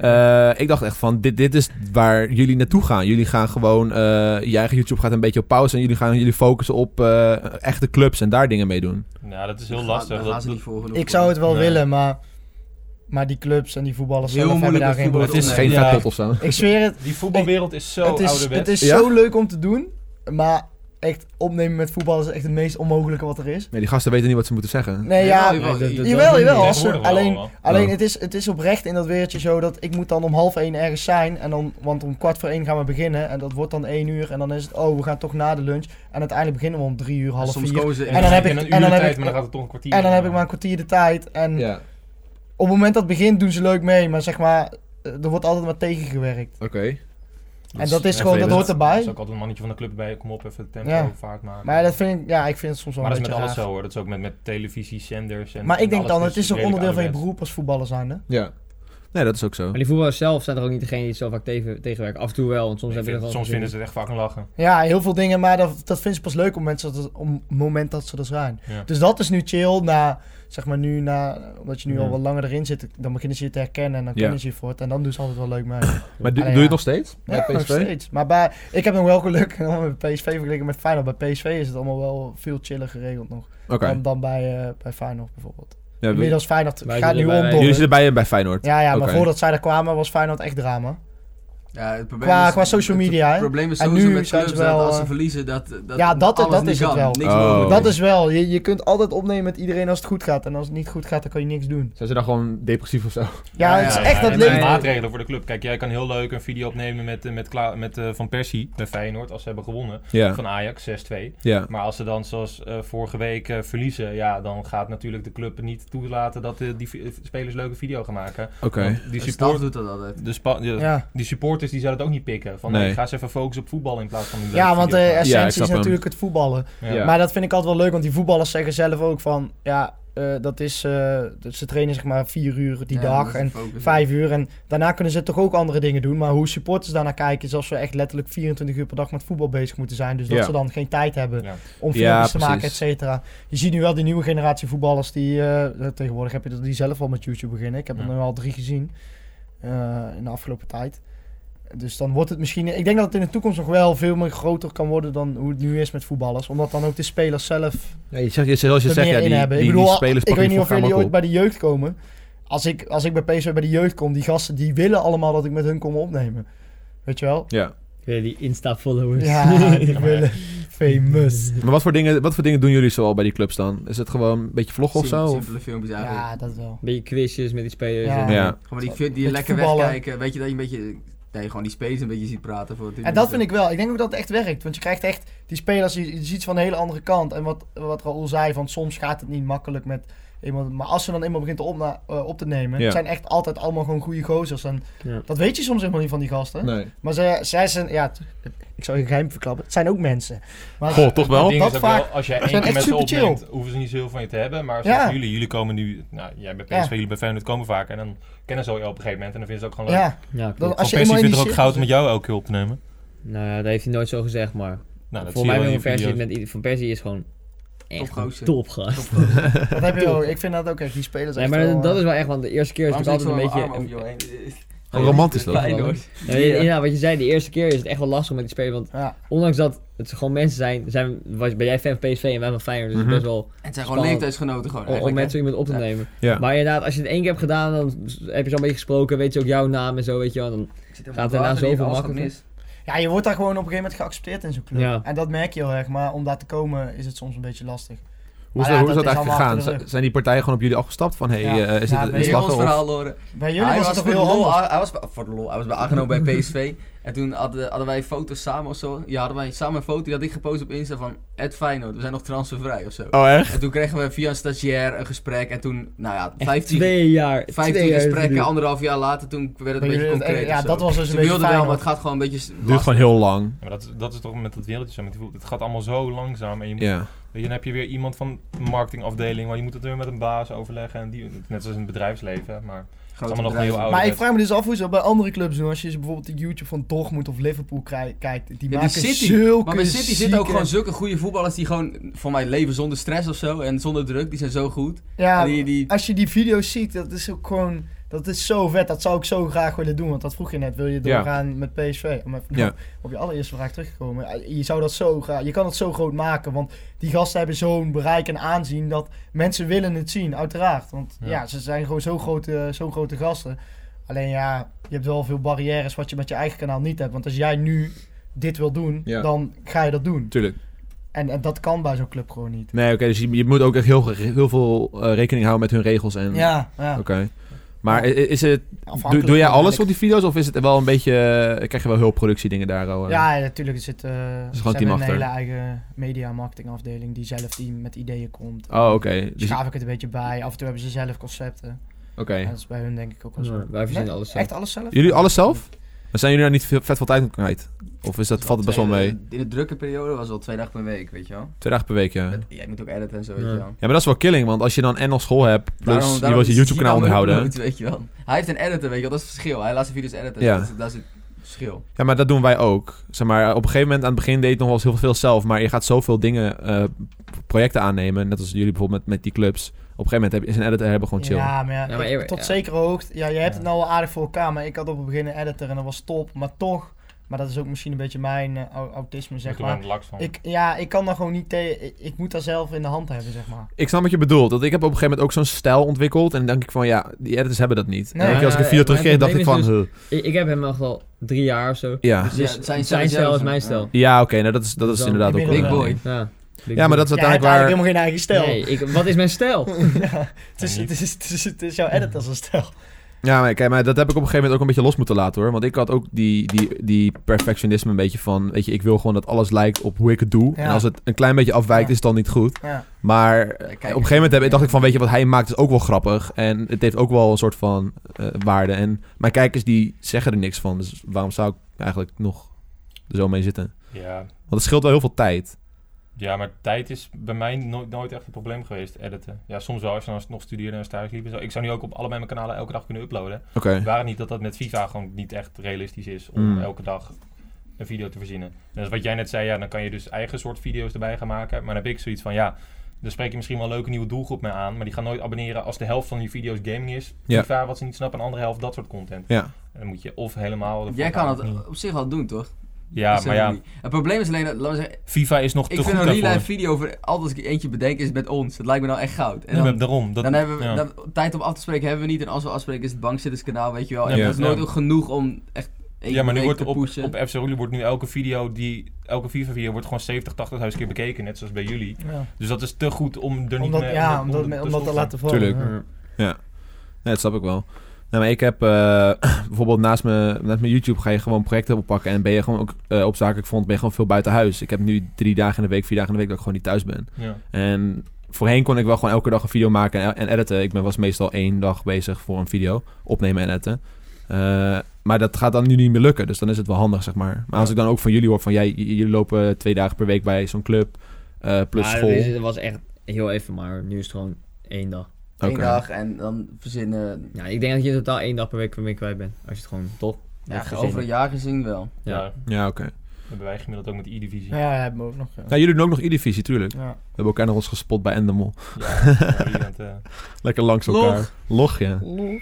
Ik dacht echt van, dit is waar jullie naartoe gaan. Jullie gaan gewoon, je eigen YouTube gaat een beetje op pauze en jullie focussen op echte clubs en daar dingen mee doen. Ja, dat is heel Daar lastig. gaan ze niet voor genoeg. Ik zou het wel Nee. willen, maar die clubs en die voetballers Heel zelf hebben moeilijk daar met geen voetbal. behoefte Het is aan. geen Ja. vetpot of zo. Ik zweer het, Die voetbalwereld is zo het is ouderwets. zo Ja? leuk om te doen, maar echt opnemen met voetbal is echt het meest onmogelijke wat er is. Nee, die gasten weten niet wat ze moeten zeggen. Nee, ja, Jawel, jawel. Tegenwoordig Als ze, wel alleen allemaal. alleen Ja. het is oprecht in dat wereldje zo dat ik moet dan om 12:30 ergens zijn. En dan, want om 1:15 gaan we beginnen. En dat wordt dan 1 uur. En dan is het, we gaan toch na de lunch. En uiteindelijk beginnen we om 3 uur, half Soms 4. komen ze En dan heb ik- een uur en dan de heb tijd, ik- maar dan gaat het toch een kwartier. En dan heb ik maar een kwartier de tijd. En Ja. op het moment dat het begint doen ze leuk mee, maar zeg maar, er wordt altijd maar tegengewerkt. Oké. En dat is gewoon, dat hoort Dat erbij. is ook altijd een mannetje van de club bij. Kom op, even het tempo Ja. vaart maken. Maar dat vind ik, ik vind het soms wel Maar een dat is met beetje alles raar. zo hoor. Dat is ook met televisiezenders. Maar ik denk alles dan, het is een redelijk onderdeel van je ouderwets. beroep als voetballer zijnde. Ja. Nee, dat is ook zo. Maar die voetballers zelf zijn er ook niet degene die zo vaak tegenwerken. Af en toe wel, want soms hebben ze gewoon... Soms vinden ze het echt vaak een lachen. Ja, heel veel dingen, maar dat vinden ze pas leuk op het moment dat ze er zijn. Ja. Dus dat is nu chill, omdat je nu al wat langer erin zit, dan beginnen ze je te herkennen en dan kennen ze je voor het. En dan doen ze altijd wel leuk mee. Maar doe Allee, je het nog steeds? Bij Ja, nog PSV? steeds. Maar ik heb nog wel geluk met PSV vergeleken met Feyenoord. Bij PSV is het allemaal wel veel chiller geregeld nog. Oké. Dan bij Feyenoord bijvoorbeeld. Ja, Inmiddels Feyenoord Wij gaat nu zitten bij- om. jullie zitten bij Feyenoord? Ja, maar Oké. voordat zij er kwamen was Feyenoord echt drama. Ja, het probleem Qua social media, hè. Het probleem is En sowieso nu met zijn clubs ze wel, dat als ze verliezen, dat dat alles niet is het kan. wel. Niks Oh. mogelijk Dat is. is wel. Je kunt altijd opnemen met iedereen als het goed gaat. En als het niet goed gaat, dan kan je niks doen. Zijn ze dan gewoon depressief of zo? Ja, het is echt dat en leven. maatregelen voor de club. Kijk, jij kan heel leuk een video opnemen met Van Persie bij Feyenoord als ze hebben gewonnen. Ja. Van Ajax 6-2. Ja. Maar als ze dan zoals vorige week verliezen, ja, dan gaat natuurlijk de club niet toelaten dat die spelers leuke video gaan maken. Oké. Want die De staf support, doet dat altijd. Ja. die supporters die zouden het ook niet pikken. Van Nee. nee, ga eens even focussen op voetbal in plaats van die Ja, leuke want de video maken. Ja, ik essentie snap is hem. natuurlijk het voetballen. Ja. Maar dat vind ik altijd wel leuk, want die voetballers zeggen zelf ook van... Ja, dat is... ze trainen zeg maar 4 uur die Ja, dag dat is en de focus. 5 uur. En daarna kunnen ze toch ook andere dingen doen. Maar hoe supporters daarnaar kijken is als we echt letterlijk 24 uur per dag met voetbal bezig moeten zijn. Dus dat Ja. ze dan geen tijd hebben Ja. om Ja, filmpjes te maken, et precies. cetera. Je ziet nu wel die nieuwe generatie voetballers die... tegenwoordig heb je die zelf al met YouTube beginnen. Ik heb er nu al 3 gezien in de afgelopen tijd. Dus dan wordt het misschien... Ik denk dat het in de toekomst nog wel veel meer groter kan worden dan hoe het nu is met voetballers. Omdat dan ook de spelers zelf Ja, zoals je er zegt, meer ja, in die, hebben. die, Ik bedoel, die spelers ik weet niet of pakken jullie die ooit bij de jeugd komen. Als ik bij PSV bij de jeugd kom, die gasten die willen allemaal dat ik met hun kom opnemen. Weet je wel? Ja. Weer die Insta-followers. Ja, die willen famous. Maar wat voor dingen doen jullie zoal bij die clubs dan? Is het gewoon een beetje vloggen of zo? Of? Simpele filmpjes eigenlijk. Ja, dat wel. Beetje quizjes met die spelers. Ja. en- Ja. Gewoon die je Beetje lekker voetballen. wegkijken. Weet je dat je een beetje... Nee, gewoon die spelers een beetje ziet praten. Voor En dat vind ik wel. Ik denk ook dat het echt werkt. Want je krijgt echt die spelers, je ziet ze van een hele andere kant. En wat Raoul zei, van soms gaat het niet makkelijk met iemand. Maar als ze dan eenmaal begint op te nemen, Ja. het zijn echt altijd allemaal gewoon goede gozers. En Ja. dat weet je soms helemaal niet van die gasten. Nee. Maar zij zijn, ja, ik zou je geheim verklappen, het zijn ook mensen. Maar Goh, toch wel? Het ding Dat is ook vaak- wel, als jij zijn één keer echt met ze super chill. opneemt, hoeven ze niet zo heel van je te hebben. Maar Ja. zoals jullie komen nu, nou, jij bij PSV, Ja. jullie bij Feyenoord komen vaak. En dan kennen ze al je op een gegeven moment en dan vinden ze het ook gewoon leuk. ja, Ja, dat, klopt. als je Van eenmaal Persie in vindt die het ook shit goud om zit- met jou elke keer op te nemen. Nou ja, dat heeft hij nooit zo gezegd, maar... Nou, dat voor zie je mij wel wil in Van je Persie, video's. Van Persie is gewoon echt Topgozer. topgast. Dat heb je ook. Ik vind dat ook echt, die spelers Nee, echt maar wel, dat is wel echt, want de eerste keer is het Waarom altijd zit een ik zo beetje... met mijn arm over jou heen? Romantisch toch? Feyenoord. Ja, wat je zei, de eerste keer is het echt wel lastig met die spelers, want Ja. ondanks dat het gewoon mensen zijn ben jij fan van PSV en wij van Feyenoord, dus het is best wel En het zijn gewoon Spannend. leeftijdsgenoten gewoon om eigenlijk, met zo iemand op te Ja. nemen. Ja. Maar inderdaad, als je het één keer hebt gedaan, dan heb je zo een beetje gesproken, weet je ook jouw naam en zo, weet je wel. Dan, Ik zit helemaal Gaat op daarna water, die zoveel alles makkelijker? gaat mis. Ja, je wordt daar gewoon op een gegeven moment geaccepteerd in zo'n club. Ja. En dat merk je heel erg, maar om daar te komen is het soms een beetje lastig. Hoe is Maar dat, ja, hoe is dat dat is eigenlijk allemaal gegaan? achter de rug. Zijn die partijen gewoon op jullie afgestapt? Van, hey, Ja. is Ja, dit weet een je Wil je slag? ons Of... verhaal horen? Bij jullie Hij was was het voor toch de heel lol, anders? hij was voor de lol, hij was bij aangenomen bij PSV. En toen hadden wij foto's samen of zo. Ja, hadden wij samen een foto, die had ik gepost op Insta van Feyenoord, we zijn nog transfervrij of zo. Oh, echt? En toen kregen we via een stagiair een gesprek en toen, nou ja, echt 15 2 jaar. 15 gesprekken, 1,5 jaar later, toen werd het een Bij beetje jullie- concreet. ja, of zo. dat was dus Ze een beetje wilden wel, maar Feyenoord. het gaat gewoon een beetje Het duurt gewoon heel lang. Ja, maar dat is toch met dat wereldje zo. Met die voetbal. Het gaat allemaal zo langzaam. En je moet, Ja. weet je, dan heb je weer iemand van de marketingafdeling. Maar je moet het weer met een baas overleggen. En die, net zoals in het bedrijfsleven. Maar het is allemaal nog heel oud. Maar ik vraag me dus af hoe ze dat bij andere clubs doen. Als je bijvoorbeeld de YouTube van Dortmund of Liverpool kijkt. Die Ja, maken die City. zulke Maar bij City zitten ook zieke- gewoon zulke goede voetballers die gewoon voor mij leven zonder stress of zo. En zonder druk, die zijn zo goed. Ja, En die, als je die video's ziet, dat is ook gewoon... Dat is zo vet. Dat zou ik zo graag willen doen. Want dat vroeg je net. Wil je Ja. doorgaan met PSV? Om even Ja. op je allereerste vraag teruggekomen. Je zou dat zo graag... Je kan het zo groot maken. Want die gasten hebben zo'n bereik en aanzien dat mensen willen het zien. Uiteraard. Want ja, ze zijn gewoon zo'n grote gasten. Alleen ja, je hebt wel veel barrières wat je met je eigen kanaal niet hebt. Want als jij nu dit wil doen, Ja. dan ga je dat doen. Tuurlijk. En dat kan bij zo'n club gewoon niet. Nee, oké, dus je moet ook echt heel veel rekening houden met hun regels. En... Ja. Oké. Maar is het... Afhankelijk Doe jij van alles welk- op die video's? Of is het wel een beetje... krijg je wel heel productiedingen daar? Al, Ja, natuurlijk. Er zit gewoon ze team hebben een achter. hele eigen media- en marketingafdeling die zelf met ideeën komt. Oh, oké. Dus, Schaaf ik het een beetje bij. Af en toe hebben ze zelf concepten. Oké. Ja, dat is bij hun denk ik ook wel zo. Wij verzinnen Nee? alles zelf. Echt alles zelf? Jullie alles zelf? Maar zijn jullie daar niet vet veel tijd aan kwijt? Of valt het best wel mee? In de drukke periode was het wel 2 dagen per week, weet je wel. 2 dagen per week, ja. Jij moet ook editen en zo, Ja. weet je wel. Ja, maar dat is wel killing, want als je dan en nog school hebt, plus Daarom je wilt je is YouTube-kanaal hij onderhouden. nooit, weet je wel. Hij heeft een editor, weet je wel, dat is het verschil. Hij laat zijn video's editen, Ja. dat is het verschil. Ja, maar dat doen wij ook. Zeg maar, op een gegeven moment aan het begin deed je nog wel eens heel veel zelf, maar je gaat zoveel dingen, projecten aannemen, net als jullie bijvoorbeeld met die clubs. Op een gegeven moment is een editor hebben gewoon chill. Ja, maar, Ja, maar tot ja. zekere hoogte. Ja, je hebt het nou wel aardig voor elkaar, maar ik had op het begin een editor en dat was top. Maar toch, maar dat is ook misschien een beetje mijn autisme, zeg maar. Laks van. Ik kan daar gewoon niet tegen. Ik moet daar zelf in de hand hebben, zeg maar. Ik snap wat je bedoelt. Want ik heb op een gegeven moment ook zo'n stijl ontwikkeld. En dan denk ik van, ja, die editors hebben dat niet. Nee. En als ik een video Ja, terugkreeg, dacht mijn ik van... probleem huh. Ik heb hem al 3 jaar of zo. Ja, Dus Ja, zijn zijn stijl is zo. mijn stijl. ja oké, nou, dat is Dan inderdaad ook inmiddels wel... Big boy. Ja, Ja, maar dat is Jij hebt uiteindelijk waar... eigenlijk helemaal geen eigen stijl. Nee, wat is mijn stijl? Ja, het is jouw editor zijn stijl. Ja, maar kijk, maar dat heb ik op een gegeven moment ook een beetje los moeten laten, hoor. Want ik had ook die perfectionisme een beetje van... Weet je, ik wil gewoon dat alles lijkt op hoe ik het doe. Ja. En als het een klein beetje afwijkt, Ja. is het dan niet goed. Ja. Maar op een gegeven moment dacht ik van... Weet je, wat hij maakt is ook wel grappig. En het heeft ook wel een soort van waarde. En mijn kijkers, die zeggen er niks van. Dus waarom zou ik eigenlijk nog er zo mee zitten? Ja. Want het scheelt wel heel veel tijd. Ja, maar tijd is bij mij nooit echt een probleem geweest, editen. Ja, soms wel, als je dan nog studeerde en thuis liep en zo. Ik zou nu ook op allebei mijn kanalen elke dag kunnen uploaden. Oké. Waar het niet dat met FIFA gewoon niet echt realistisch is om Mm. elke dag een video te verzinnen. En dus wat jij net zei, ja, dan kan je dus eigen soort video's erbij gaan maken. Maar dan heb ik zoiets van, ja, dan spreek je misschien wel een leuke nieuwe doelgroep mee aan. Maar die gaan nooit abonneren als de helft van je video's gaming is. Ja. FIFA, wat ze niet snappen, en de andere helft dat soort content. Ja. En dan moet je of helemaal... Jij kan of het niet. op zich wel doen, toch? Ja, Dat is maar ja, niet. Het probleem is alleen dat, laten we zeggen, FIFA is nog te ik goed vind een daarvoor. real-life video voor altijd als ik eentje bedenk is het met ons. Dat lijkt me nou echt goud. En Ja, dan, daarom. dan hebben we ja. dan, tijd om af te spreken hebben we niet. En als we afspreken is het bankzitterskanaal, weet je wel. En Ja, dat is ja. nooit ook genoeg om echt één Ja, maar nu week wordt te pushen. op FC Roelie wordt nu elke FIFA-video wordt gewoon 70.000, 80.000 keer bekeken, net zoals bij jullie. Ja. Dus dat is te goed om er niet Omdat, mee ja, om omdat te te stoppen. laten vallen. Tuurlijk. Ja. Nee, dat snap ik wel. Nou, maar ik heb bijvoorbeeld naast mijn YouTube ga je gewoon projecten oppakken en ben je gewoon ook op zakelijk front ben je gewoon veel buiten huis. Ik heb nu 3 dagen in de week, 4 dagen in de week dat ik gewoon niet thuis ben. Ja. En voorheen kon ik wel gewoon elke dag een video maken en editen. Ik was meestal 1 dag bezig voor een video, opnemen en editen. Maar dat gaat dan nu niet meer lukken, dus dan is het wel handig, zeg maar. Maar als ik dan ook van jullie hoor van jullie lopen 2 dagen per week bij zo'n club, plus school. Dat was echt heel even, maar nu is het gewoon 1 dag. Eén Oké. dag en dan verzinnen. Ja, ik denk dat je in totaal 1 dag per week kwijt bent. Als je het gewoon toch Ja, net over een jaar gezien wel. Ja. Ja. Ja, oké. Dat hebben wij gemiddeld ook met de E-divisie. Ja, hebben we ook nog. Ja. Nou, jullie doen ook nog E-divisie, tuurlijk. We Ja. hebben elkaar nog eens gespot bij Endemol. Ja, Lekker langs elkaar. Log, ja.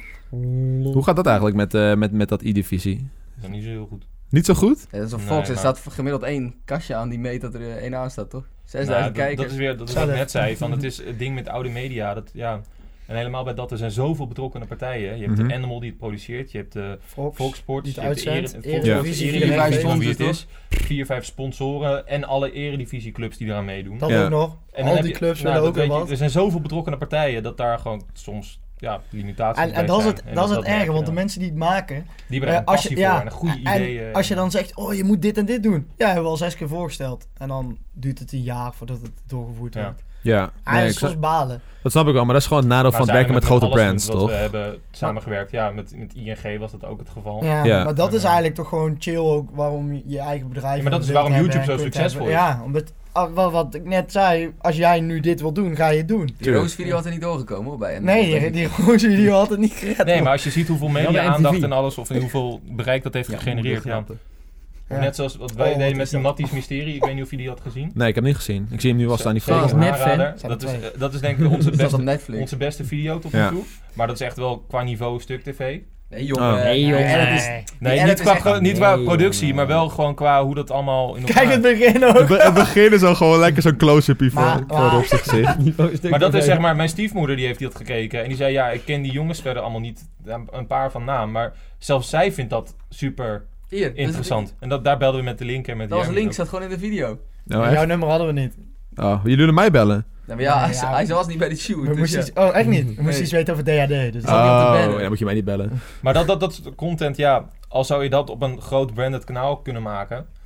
Hoe gaat dat eigenlijk met dat E-divisie? dat is niet zo heel goed. Niet zo goed? Ja, dat is een Nee, Fox. Er maar- staat gemiddeld 1 kastje aan die meet dat er 1 aan staat, toch? 6000 Nou, dat kijkers. is weer dat is wat ik net zei. Van, het is het ding met oude media. Dat, ja, en helemaal bij dat er zijn zoveel betrokkenen partijen. Je hebt Mhm. de Animal die het produceert. Je hebt de Fox Sports. die Je het hebt de uitzendt. Eredivisie, Eredivisie, Ja. 4-5 van wie het sponsors, is. 4-5 sponsoren en alle eredivisieclubs die eraan meedoen. Dat Ja. ook nog. En dan Al heb die je- clubs nou, willen dat ook weer weet je, wat. Er zijn zoveel betrokkenen partijen dat daar gewoon soms limitaties bij En dat is zijn. het, En dat is het merk je erge, want de dan. mensen die het maken... Die hebben er een als je- passie ja, voor en een goede ideeën. En als je dan zegt, oh je moet dit en dit doen. Ja, hebben we al 6 keer voorgesteld. En dan duurt het een jaar voordat het doorgevoerd Ja. wordt. Ja. Nee, Eigenlijk ik snap- soms balen. dat snap ik wel, maar dat is gewoon het nadeel Maar van het werken met grote alles brands, wat toch? we hebben samengewerkt. Ja, met ING was dat ook het geval. Ja, Ja. maar dat is Ja. eigenlijk toch gewoon chill ook waarom je eigen bedrijf... Ja, maar dat is wilt waarom hebben YouTube en zo kunt succesvol hebben. is. Ja, omdat... Wat ik net zei, als jij nu dit wil doen, ga je het doen. Die Roos video had er niet doorgekomen hoor, bij. Nee, die roze video had het niet gered. Nee, maar als je ziet hoeveel Wel bij media-aandacht MTV. en alles, of hoeveel bereik dat heeft gegenereerd. Ja. Ja. Net zoals wat Oh, wij wat deden is met de dat? Matties Mysterie. Ik weet niet of je die had gezien. Nee, ik heb hem niet gezien. Ik zie hem nu wel staan, die Zeker foto. een Net fan. aanrader. Zijn er Dat is denk ik onze Dat staat op beste, Netflix. onze beste video tot Ja. nu toe. Maar dat is echt wel qua niveau stuk tv. Nee jongen. Oh. Nee, jongen. En het is, Nee, edit niet is qua, echt- niet qua Nee, productie, jongen. maar wel gewoon qua hoe dat allemaal in elkaar... Kijk het begin ook. Het begin is al gewoon lekker zo'n close-upie Maar- voor op zijn gezicht. Maar dat is zeg maar, mijn stiefmoeder die heeft dat gekeken. En die zei, ja, ik ken die jongens verder allemaal niet, een paar van naam. Maar zelfs zij vindt dat super Hier, interessant. En daar belden we met de link en met Dat was Jeremy link, ook. zat gewoon in de video. Nou, Jouw echt? nummer hadden we niet. Oh, jullie willen mij bellen? Ja, maar ja, Nee, ja. hij was niet bij de shoot. We dus moesten ja. iets, oh, echt niet. We moesten Nee. iets weten over DHD. Dus zat niet op de Oh, banner. ja, dan moet je mij niet bellen. Maar dat content, ja, al zou je dat op een groot branded kanaal kunnen maken.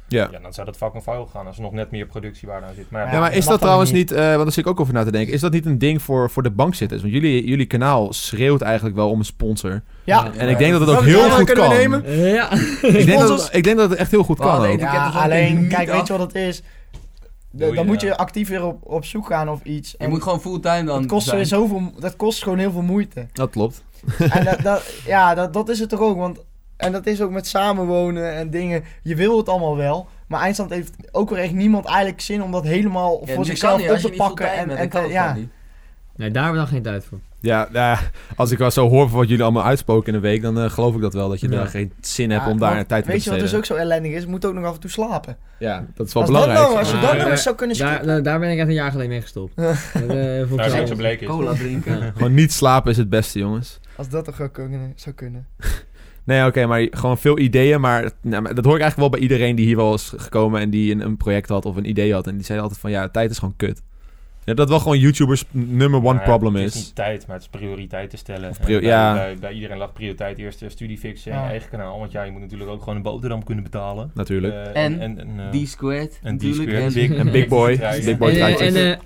Ja. Ja, dan zou dat fucking fout gaan als er nog net meer productiewaarde aan zit. Maar Ja, maar dat is mag dat dan trouwens niet. niet, want daar zit ik ook over na te denken, is dat niet een ding voor de bankzitters? Want jullie kanaal schreeuwt eigenlijk wel om een sponsor. Ja. En ik denk dat het ook Welke heel camera goed kunnen kan. we nemen? Ja. Ik denk dat het echt heel goed kan Wow, ook. nee, Ja, ook alleen, niet kijk, af. weet je wat het is? Doe je, Dan moet ja. je actief weer op zoek gaan of iets. Je moet gewoon fulltime dan het kost zijn. dat kost gewoon heel veel moeite. Dat klopt. En dat is het toch ook, want... En dat is ook met samenwonen en dingen. Je wil het allemaal wel. Maar eindstand heeft ook weer echt niemand eigenlijk zin om dat helemaal Ja, voor nu zichzelf kan niet, op als je te niet pakken. fulltime bent, En dan kan het ja. gewoon niet. Nee, daar hebben we dan geen tijd voor. Ja, als ik wel zo hoor van wat jullie allemaal uitspoken in een week, dan geloof ik dat wel. Dat je Ja. daar geen zin hebt Ja, om daar want tijd te weet je wat besteden. dus ook zo ellendig is? Je moet ook nog af en toe slapen. Ja, dat is wel Als belangrijk. Dat nou, als je dat Maar, nou eens zou kunnen Daar, skippen. daar ben ik echt een jaar geleden mee gestopt. Dat, vond ik Nou, zo- zoals het bleek is. Cola drinken. Gewoon niet slapen is het beste, jongens. Als dat toch zou kunnen. Nee, oké, maar gewoon veel ideeën. Maar dat hoor ik eigenlijk wel bij iedereen die hier wel is gekomen en die een project had of een idee had. En die zei altijd van, ja, tijd is gewoon kut. Ja, dat wel gewoon YouTubers number one Nou ja, problem Het is is. niet tijd, maar het is prioriteiten stellen. Of prio- En bij, ja. bij iedereen lag prioriteit eerst studie fixen en Ja. je eigen kanaal. Want ja, je moet natuurlijk ook gewoon een boterham kunnen betalen. Natuurlijk. En D-squared. en natuurlijk. D-squared, En- En Big Boy. Ja, ja. Big Boy truitjes.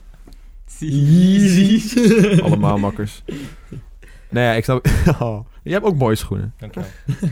Yeezys. Allemaal makkers. Nee, ja, ik snap... Oh, je hebt ook mooie schoenen. Dankjewel.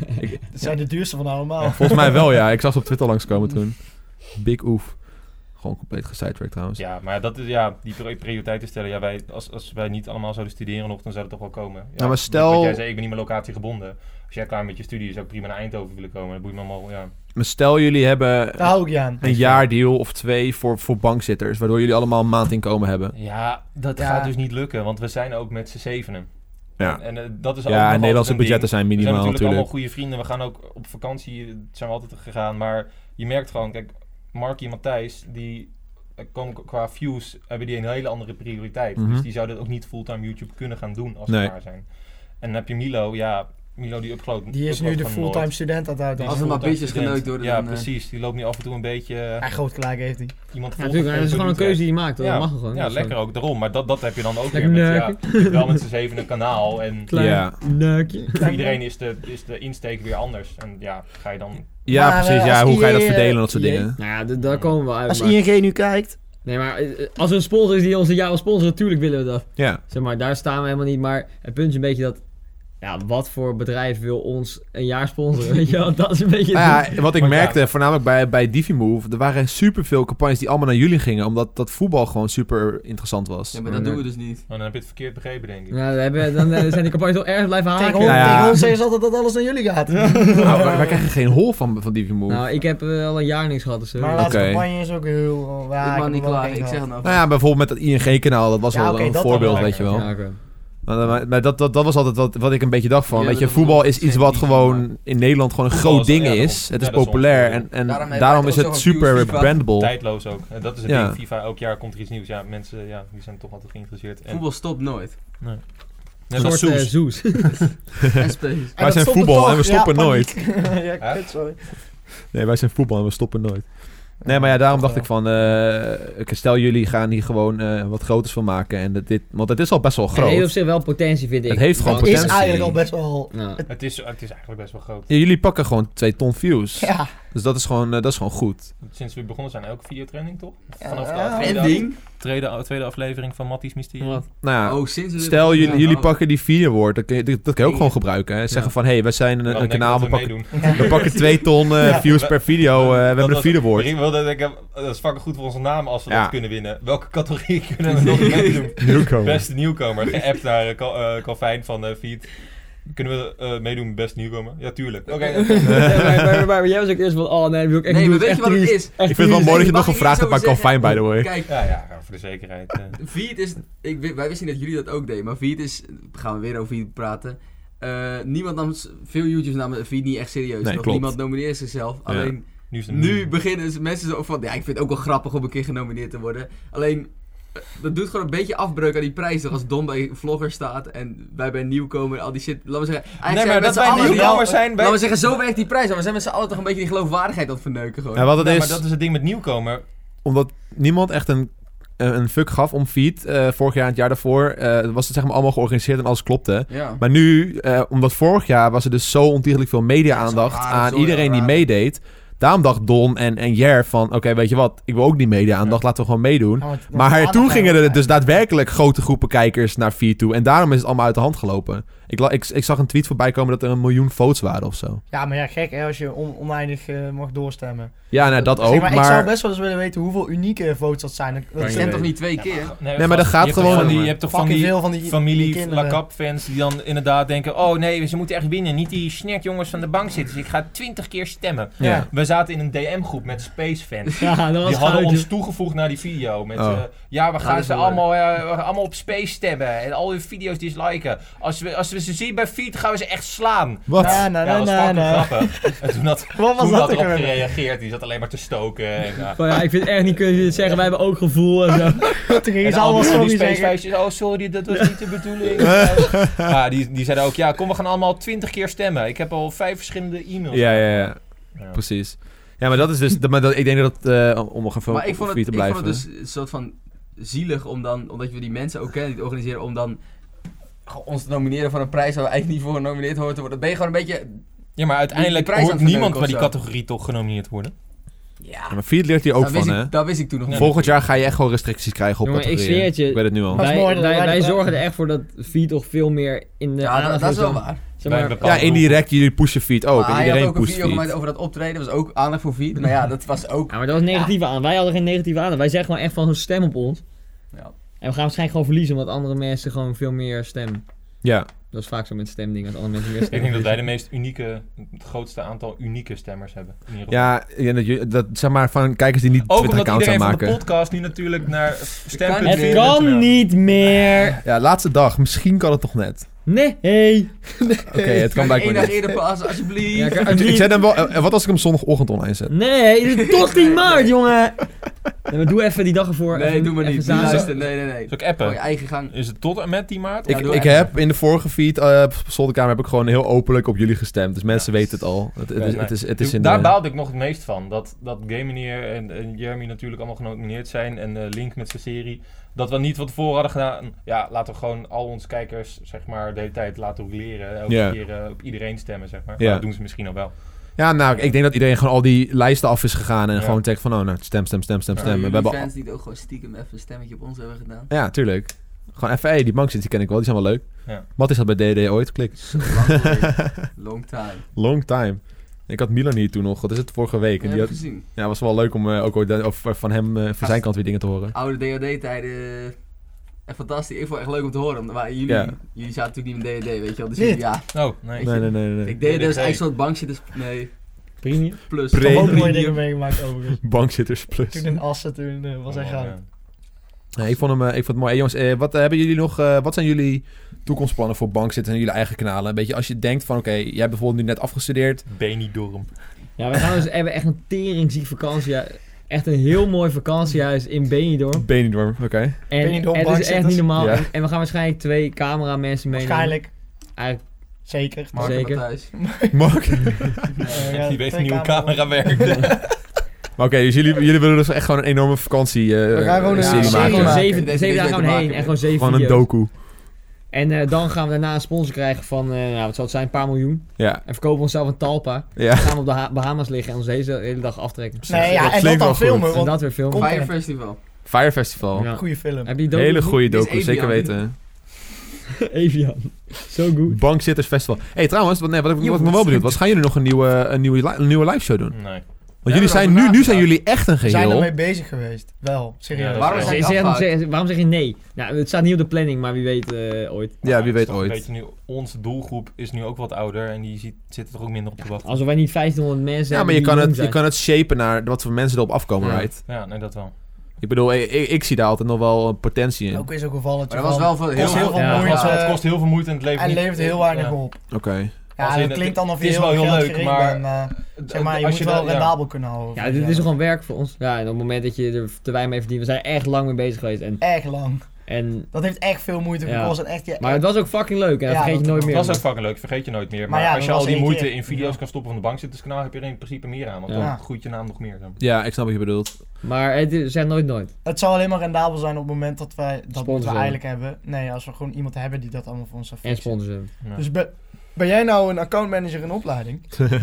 Dat zijn de duurste van allemaal. Volgens mij wel, ja. Ik zag ze op Twitter langskomen toen. Big oef. Gewoon compleet gesidetracked trouwens. Ja, maar dat is die prioriteiten stellen. Ja, als wij niet allemaal zouden studeren nog, dan zou het toch wel komen. Ja, maar stel- Wat jij zei, ik ben niet meer locatiegebonden. Als jij klaar met je studie is, zou ik prima naar Eindhoven willen komen. Dat boeit me allemaal, ja. Maar stel jullie hebben Daar hou ik je aan. een jaardeal of 2 voor bankzitters, waardoor jullie allemaal een maandinkomen hebben. Ja, dat Ja. gaat dus niet lukken, want we zijn ook met z'n zevenen. Ja, En dat is ook ja nog en Nederlandse altijd een budgetten ding. zijn We zijn minimaal natuurlijk allemaal natuurlijk. goede vrienden. We gaan ook op vakantie, zijn we altijd gegaan. Maar je merkt gewoon, kijk, Markie en Matthijs, die komen qua views, hebben die een hele andere prioriteit. Mhm. Dus die zouden ook niet fulltime YouTube kunnen gaan doen als ze Nee. klaar zijn. En dan heb je Milo, Milo die uploadt. Die is nu de fulltime student aan het Die uithalen. Als er maar fulltime bitches student. geneukt worden, Ja, dan, precies. Die loopt nu af en toe een beetje Hij groot gelijk heeft hij. iemand Ja, natuurlijk. Dat is gewoon een keuze die je maakt. Hoor. Ja, Dat mag gewoon. ja, Dat is lekker ook daarom. Maar dat heb je dan ook Lekker weer met, neuken. je hebt wel met z'n zeven een kanaal. En Klein Ja. neukje. voor iedereen is de insteek weer anders. En ja, ga je dan... Ja, Maar, precies. als Ja, hoe ga je dat IE, verdelen en dat soort IE. dingen? Nou ja, daar komen we uit. Als maar- ING nu kijkt. Nee, maar als er een sponsor is die ons een jaar wil sponsoren, natuurlijk willen we dat. Ja. Zeg maar, daar staan we helemaal niet. Maar het punt is een beetje dat... Ja, wat voor bedrijf wil ons een jaar sponsoren? Weet je wel? Dat is een beetje... Nou ja, wat ik Maar ja. merkte, voornamelijk bij Divimove, er waren superveel campagnes die allemaal naar jullie gingen, omdat dat voetbal gewoon super interessant was. Ja, maar dat doen we dus niet. Maar dan heb je het verkeerd begrepen, denk ik. Ja, dan zijn die campagnes wel erg blijven haken. Tegen ons, Nou ja. tegen ons zeggen ze altijd dat alles naar jullie gaat. Nou, wij krijgen geen hol van Divimove. Nou, ik heb al een jaar niks gehad. Dus, Maar de laatste Oké. campagne is ook heel... Ja, Ik heb mag er niet wel klaar. één Ik zeg gehad. het nou. Nou ja, bijvoorbeeld met dat ING-kanaal, dat was Ja, wel oké, een dat voorbeeld, dan wel weet je wel. Ja, oké. Maar dat was altijd wat ik een beetje dacht van. Ja, weet je, dat voetbal is is iets geen wat liefde, gewoon in Nederland gewoon een Voetbal groot is- ding ja, daarom. is. Het is Ja, dat is populair ons- en Daarom hebben daarom wij is ook het zo'n super views FIFA. brandable. Tijdloos ook. En dat is het Ja. ding. FIFA, elk jaar komt er iets nieuws. Ja, mensen die zijn toch altijd geïnteresseerd. En, Voetbal stopt nooit. net Een als soort Soes. zoes. En space. En Wij dat zijn stopt voetbal toch. en we stoppen Ja, nooit. paniek. Ja, Hè? kut, sorry. Nee, wij zijn voetbal en we stoppen nooit. Nee, maar ja, daarom dacht ik van... stel jullie gaan hier gewoon wat groters van maken. En want het is al best wel Het heeft op groot. zich wel potentie, vind ik. Het heeft gewoon Het is potentie. eigenlijk al best wel... Ja. Het is eigenlijk best wel groot. Ja, jullie pakken gewoon 2 ton views. Ja. Dus dat is gewoon goed. Sinds we begonnen zijn elke videotraining, toch? Ja, Vanaf ja. de Ending? tweede aflevering van Matties Mysterie. Wat? Nou ja, Oh, sinds we stel ja, jullie oh. pakken die 4 woord. Dat kun je ook gewoon gebruiken. Hè. Zeggen van, hey, wij zijn een kanaal. We pakken 2 ton views per video. We hebben een 4 woord. Ik wilde denken, dat is fucking goed voor onze naam als we Ja. dat kunnen winnen. Welke categorie kunnen we nog meedoen? Nieuwkomer. Beste nieuwkomer. Geappt naar Calvijn van Feed. Kunnen we meedoen met beste nieuwkomer? Ja, tuurlijk. Oké. Maar jij was ook eerst van, oh nee, dat wil ik echt Nee, niet maar doen. weet je wat het is? Ik vind het wel mooi dat je het nog Mag ik gevraagd hebt iets bij over Calvin, by the way. Kijk, Ja, voor de zekerheid. Viet is... wij wisten niet dat jullie dat ook deden, maar Viet is... Gaan we weer over Viet praten. Niemand nam... Veel YouTubers namen Viet niet echt serieus. Nee, Nog klopt. niemand nomineert zichzelf. Ja. Alleen... Nu is het Nu beginnen mensen zo van... Ja, ik vind het ook wel grappig om een keer genomineerd te worden. Alleen... Dat doet gewoon een beetje afbreuk aan die prijs. Toch als Don bij Vlogger staat en wij bij Nieuwkomer en al die shit. Laten we zeggen... Nee, maar dat wij nieuwkomers zijn... Laten we zeggen, zo werkt die prijs. Maar we zijn met z'n allen toch een beetje die geloofwaardigheid aan het verneuken gewoon. Ja, wat het Nee, is, maar dat is het ding met nieuwkomer. omdat niemand echt een fuck gaf om Feed. Vorig jaar en het jaar daarvoor was het zeg maar allemaal georganiseerd en alles klopte. Ja. Maar nu, omdat vorig jaar was er dus zo ontiegelijk veel media-aandacht Ja, zo raar, aan zo iedereen die raar. meedeed. Daarom dacht Don en Jer van... Oké, weet je wat? Ik wil ook niet media-aandacht. Laten we gewoon meedoen. Maar toen gingen er dus daadwerkelijk grote groepen kijkers naar 4 toe. En daarom is het allemaal uit de hand gelopen. Ik zag een tweet voorbij komen dat er 1 miljoen votes waren of zo. Ja, maar ja, gek hè, als je oneindig mag doorstemmen. Ja, nou, dat ook. Zeg maar, Maar ik zou best wel eens willen weten hoeveel unieke votes dat zijn. Je stemt toch niet 2 keer? Nee, maar dat gaat gewoon... Je hebt toch van die veel van die familie kinderen. Lakap-fans die dan inderdaad denken... Oh nee, ze moeten echt winnen. Niet die snertjongens van de bank zitten. Dus ik ga 20 keer stemmen. Ja. We zaten in een DM-groep met Space-fans. Ja, dat was Die hadden goud. ons toegevoegd naar die video. Met, Oh. ja, we dat gaan is ze wel allemaal op Space stemmen. En al hun video's disliken. Als we ze zien bij feed, gaan we ze echt slaan. Wat? Na, Ja, dat was fucking grappig. En toen had Wat was Koen dat had erop ook weer? gereageerd. Die zat alleen maar te stoken. En, Van, ja, ik vind het echt niet kunnen jullie het zeggen. Wij hebben ook gevoel en zo. Toen gingen en ze al allemaal die sorry zeggen. spacewijsjes, oh sorry, dat was niet de bedoeling. Ja, die zeiden ook, ja kom, we gaan allemaal 20 keer stemmen. Ik heb al 5 verschillende e-mails. Ja, Ja. precies. Ja, maar dat is dus... ik denk dat om nog even Maar ik op vond 4 te blijven. het dus een soort van zielig omdat we die mensen ook kennen die het organiseren, om dan ons te nomineren voor een prijs waar we eigenlijk niet voor genomineerd horen te worden. Dan ben je gewoon een beetje... Ja, maar uiteindelijk Die prijs aan hoort het niemand bij verneuken die of zo. categorie toch genomineerd worden. Ja, Ja, maar 4 leert hier ook dat, van, hè? dat wist ik toen nog niet. Volgend jaar ga je echt gewoon restricties krijgen op Jongen, ik categorieën. zweer het je. Ik weet het nu al. Dat is mooi dat wij Wij dat zorgen er echt voor dat feed toch veel meer in de Ja, aandacht dat is wel wordt. waar. Zeg Bij maar, een bepaalde Ja, indirect, jullie pushen feed ook. Maar En hij iedereen had ook een pusht video gemaakt feed. over dat optreden, dat was ook aandacht voor feed. Maar ja, dat was ook... ja, maar dat was negatieve aan. Wij hadden geen negatieve aan. Wij zeggen gewoon echt van stem op ons. Ja. En we gaan waarschijnlijk gewoon verliezen omdat andere mensen gewoon veel meer stemmen. Ja. Dat is vaak zo met stemdingen, als andere mensen meer Ik stemmen. denk dat wij de meest unieke, het grootste aantal unieke stemmers hebben. In ieder geval. Ja, ik denk dat zeg maar van kijkers die niet Ook omdat Twitter-accounts iedereen van aanmaken. de podcast nu natuurlijk naar stem.nl. Het kan niet meer. Ja, laatste dag. Misschien kan het toch net. Nee. Oké, het kan Eén blijkbaar dag niet. eerder passen, alsjeblieft. Ja, Ik zet hem wel... Wat als ik hem zondagochtend online zet? Nee, tot 10 maart, jongen. Nee, maar doe even die dag ervoor. Nee, even, doe maar even niet. zaterdag. Luister, nee. Zal ik Voor je appen? eigen gang. Is het tot en met 10 maart? Ja, doe Ik echt. heb in de vorige feed op zolderkamer heb ik gewoon heel openlijk op jullie gestemd. Dus mensen weten het al. Het is in Daar de... baalde ik nog het meest van. Dat Game Meneer en Jeremy natuurlijk allemaal genomineerd zijn. En Link met zijn serie. Dat we niet van tevoren hadden gedaan. Ja, laten we gewoon al onze kijkers zeg maar de hele tijd laten leren. Elke keer op iedereen stemmen, zeg maar. Ja. Maar dat doen ze misschien al wel. Ja, nou, ik denk dat iedereen gewoon al die lijsten af is gegaan. En Ja. gewoon zegt van, oh, nou, stem. We hebben fans die het ook gewoon stiekem even een stemmetje op ons hebben gedaan. Ja, tuurlijk. Gewoon even, hey, die bankzits, die ken ik wel. Die zijn wel leuk. Ja. Wat is dat bij DD ooit? Klik. Zo lang geleden. Long time. Long time. Ik had Milan hier toen nog. Wat is het? Vorige week. En Ja, die heb had, ik gezien. ja, was wel leuk om ook ooit van hem, van zijn kant weer dingen te horen. Oude DOD-tijden. Echt fantastisch. Ik vond het echt leuk om te horen. Maar jullie zaten natuurlijk niet met DOD, weet je wel. Dus Niet? ja. Oh, nee. Nee. Ik deed dus eigenlijk een soort bankzitters. Nee. Premium. Plus. Pre- Ik heb ook mooie Premium. dingen meegemaakt overigens. Bankzitters plus. Toen in Assen, toen was hij Oh, gaan. ja. Nee, ik vond het mooi. Hey, jongens, wat hebben jullie nog? Wat zijn jullie toekomstplannen voor bankzitters en jullie eigen kanalen? Een beetje als je denkt van, oké, jij hebt bijvoorbeeld nu net afgestudeerd. Benidorm. Ja, we gaan dus hebben echt een teringziek vakantie. Echt een heel mooi vakantiehuis in Benidorm. Benidorm, oké. En Benidorm het is echt bankzitters. niet normaal. Ja. En we gaan waarschijnlijk 2 cameramensen meenemen. Waarschijnlijk. Eigenlijk Zeker. Mark en Zeker. Matthijs. Mark. Die weet twee niet hoe camera's. camera werkt. Maar oké, dus jullie willen dus echt gewoon een enorme vakantie We gaan gewoon een serie serie maken. gewoon maken. 7 Deze dagen gaan we te heen maken. en gewoon 7 Gewoon een video's. doku. En dan gaan we daarna een sponsor krijgen van, nou, wat zal het zijn, een paar miljoen. Ja. En verkopen we onszelf een Talpa. Ja. Dan gaan we op de Bahamas liggen en ons deze hele dag aftrekken. Nee, ja, Dat en klinkt dat dan wel goed. filmen, En want dat weer filmen. Kom- Fire Festival. Fire Festival. Ja. goede film. Heb je die docu Hele gezien? goede Dit is doku, zeker Evian. weten. Evian. Zo goed. Bankzitters Festival. Hey, trouwens, wat ik me wel benieuwd was, gaan jullie nog een nieuwe live show doen? Nee. Want jullie zijn nu zijn jullie echt een We zijn geheel. ermee bezig geweest. Wel, serieus. Ja, dat Waarom is zijn wel- je afgehaakt? Waarom zeg je nee? Nou, het staat niet op de planning, maar wie weet ooit. Ja, wie weet Toch ooit. Weet je, nu, onze doelgroep is nu ook wat ouder en die zitten er ook minder op te wachten. Alsof wij niet 1500 mensen Ja, maar hebben die jong je zijn. kan het shapen naar wat voor mensen erop afkomen, Ja. right? Ja, nee, dat wel. Ik bedoel, ik zie daar altijd nog wel potentie in. Ook weer zo'n gevalletje Maar dat was van, wel kost heel veel Ja. moeite Het kost heel veel moeite en het levert en niet- levert heel weinig ja. op. Oké. Ja, Als in dat het- klinkt dan of het je is heel wel heel geld leuk, gericht maar- bent, maar zeg maar, je Als moet je wel dat- ja. rendabel kunnen houden. Ja, dit is gewoon werk voor ons. Ja, en op het moment dat je er te weinig mee verdient, we zijn er echt lang mee bezig geweest. Erg lang. En, Dat heeft echt veel moeite Ja. gekost. En echt, ja, maar het was ook fucking leuk en dat Ja, vergeet je dat nooit was meer. Dat was ook fucking leuk, vergeet je nooit meer. Maar, Maar ja, als je dat al was die één moeite keer. in video's Ja. kan stoppen van de bankzitterskanaal, heb je er in principe meer aan. Want Ja. dan groeit je naam nog meer. Dan. Ja, ik snap wat je bedoelt. Maar het is nooit. het zal alleen maar rendabel zijn op het moment dat wij dat Sponsors moeten we hebben. eigenlijk hebben. Nee, als we gewoon iemand hebben die dat allemaal voor ons En fixen. sponsors. Ja. Dus Ben jij nou een accountmanager in opleiding?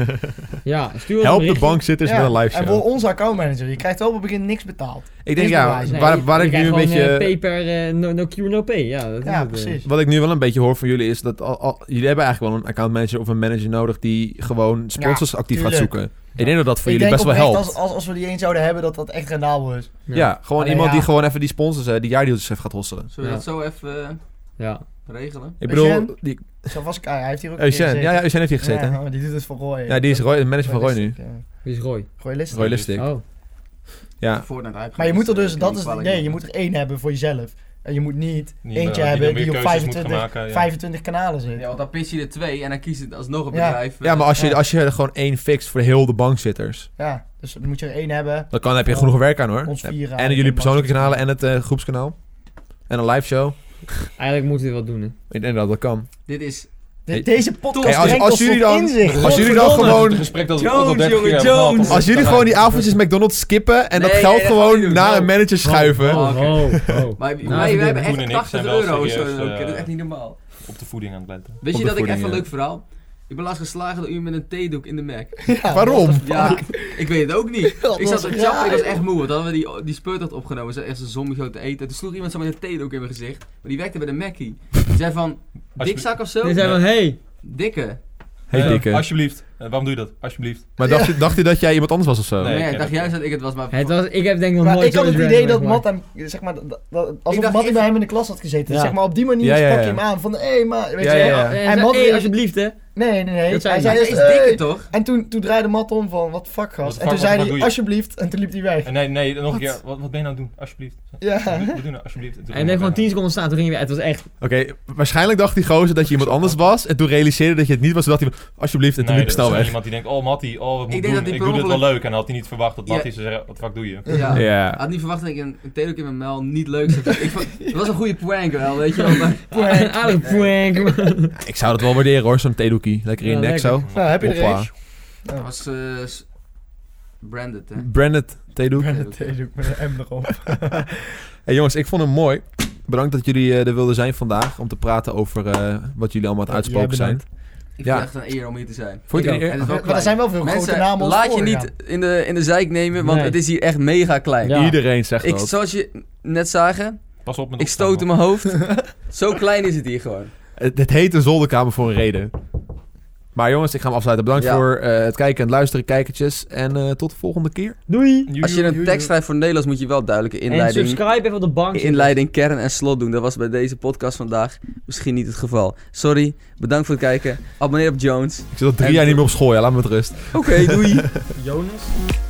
Ja, stuur ons Help een de berichtje. bankzitters met een live En show. word onze accountmanager. Je krijgt wel op het begin niks betaald. Ik denk, Is ja, bewijs. Nee, waar je ik nu een krijgt gewoon, beetje... pay per no cure, no pay. Ja, dat is Ja, het, precies. Wat ik nu wel een beetje hoor van jullie is dat jullie hebben eigenlijk wel een accountmanager of een manager nodig die gewoon sponsors actief gaat tuurlijk. zoeken. Ik denk dat dat voor Ik jullie denk best wel oprecht helpt. als we die eens zouden hebben, dat echt rendabel is. Ja, gewoon Alleen iemand ja. die gewoon even die sponsors, die jaardeeltjes even gaat hosselen. Zullen we Ja. dat zo even Ja. regelen? Ik bedoel, Eugène? die, Zo was hij heeft hier ook Eugène, ja, Eugène heeft hier gezeten. Ja, die doet het voor Roy. Ja, die is Roy, de manager van Roy nu. Wie is Roy? Royalistic. Royalistic. Oh. Ja, Fortnite hype Maar je moet er dus, geweest, dat niet is het kwalijk idee, je nemen. moet er één hebben voor jezelf. En je moet niet Niet, eentje die hebben dan die weer op keuzes moet gaan 25, maken, ja. 25 kanalen zit. Ja, want dan pitch je er 2 en dan kies je alsnog een Ja. bedrijf. ja maar Ja. als je er gewoon één fixt voor heel de bankzitters, Ja, dus dan moet je er één hebben. dan heb je genoeg werk aan hoor. Ons vier En jullie persoonlijke kanalen en het groepskanaal. En een live show. Eigenlijk moeten we wat doen, hè. Ik denk dat dat kan. Dit is... Deze podcast Hey, brengt als ons jullie tot dan- inzicht. als jullie dan Godverdomme. gewoon- Het gesprek dat we Jones, al 30 jongen, keer hebben gehad, Jones. dan- Als jullie dan- gewoon die avondjes McDonald's skippen en dat Nee, geld nee, dat gaan we gewoon niet doen. naar Oh. een manager schuiven. Oh, oh. Maar Nou, wij even hebben Koen echt en ik 80 zijn wel euro serieus, zo. Dat is echt niet normaal. op de voeding aan het letten. Weet Op je de dat ik voeding, even een ja. leuk verhaal? Ik ben laatst geslagen door iemand met een theedoek in de Mac. Ja, Waarom? what the Ja, fuck? ik weet het ook niet. Dat Ik zat was te chappen, ik was raar, echt moe. Want dan hadden we die speurtocht opgenomen. Ze echt een zombie zo te eten. Toen sloeg iemand zo met een theedoek in mijn gezicht. Maar die werkte bij de Mackie. Die zei van, dikzak of zo? Die zei van, hey. Dikke. Hey dikke. Alsjeblieft. Waarom doe je dat? Alsjeblieft. Maar dacht je dat jij iemand anders was of zo? Nee. Nee, ik ik dacht ken juist dat ik het was, maar... Het was, ik heb denk ik nog Maar nooit ik had het zoiets idee dat meegemaakt. Matt hem, zeg maar, alsof dacht Matt even- bij hem in de klas had gezeten. Ja. Zeg maar, op die manier Ja, ja, sprak ja. je hem aan van, hé, maar, weet Ja, je ja, wel. ja. En Matt hey, reageerde- alsjeblieft, hè. Nee. Dat Hij zei zei Hij dus, is dikke, toch? En toen draaide Matt om van, wat fuck gast. What En fuck, toen zei wat hij, doe je? alsjeblieft. En toen liep hij weg. En nee, nog Wat? een keer. Wat ben je nou aan het doen? Alsjeblieft. Ja. Wat doen nou? Alsjeblieft. En toen En hij bleef gewoon ging 10 seconden staan, toen ging hij weer. Het was echt... Oké, waarschijnlijk dacht die gozer dat je iemand anders was. En toen realiseerde dat je het niet was. Toen dacht hij, alsjeblieft, en toen Nee, liep je dat snel is weg. iemand die denkt, oh Mattie, wat moet Ik ik denk doen? dat Ik hij doe per dit wel ongeluk- leuk. En dan had hij niet verwacht dat Ja. Mattie zou zeggen, wat de fuck doe je? Ja. Ja. Hij had niet verwacht dat ik een theedoek in mijn mel niet leuk zou vinden. Het was een goede prank wel, weet je wel. Maar... Een aardige prank, man. Ik zou dat wel waarderen hoor, zo'n theedoekie. Lekker in je Ja, nek lekker. zo. Nou, heb je er Hoppa. eens. Het was branded, hè. Branded theedoek. Branded theedoek met een M erop. Hey jongens, ik vond hem mooi. Bedankt dat jullie er wilden zijn vandaag. Om te praten over wat jullie allemaal aan het Jij uitspoken zijn. bedankt. Ik Ja. vind het echt een eer om hier te zijn. Vond je Ik het ook. een En eer? het is wel Maar er klein. zijn wel veel Mensen, grote namen ons laat je voorgegaan. niet in de zeik nemen, want Nee. het is hier echt mega klein. Ja. Iedereen zegt dat. Zoals je net zagen, Pas op met ik stootte mijn hoofd. Zo klein is het hier gewoon. Het heet een zolderkamer voor een reden. Maar jongens, ik ga hem afsluiten. Bedankt Ja. voor het kijken en luisteren, kijkertjes. En tot de volgende keer. Doei. Als je een tekst schrijft voor Nederlands moet je wel duidelijke En inleiding, subscribe even op de bank. inleiding, kern en slot doen. Dat was bij deze podcast vandaag misschien niet het geval. Sorry, bedankt voor het kijken. Abonneer op Jones. Ik zit al 3 jaar niet meer op school, ja. Laat me met rust. Oké, doei. Jonas.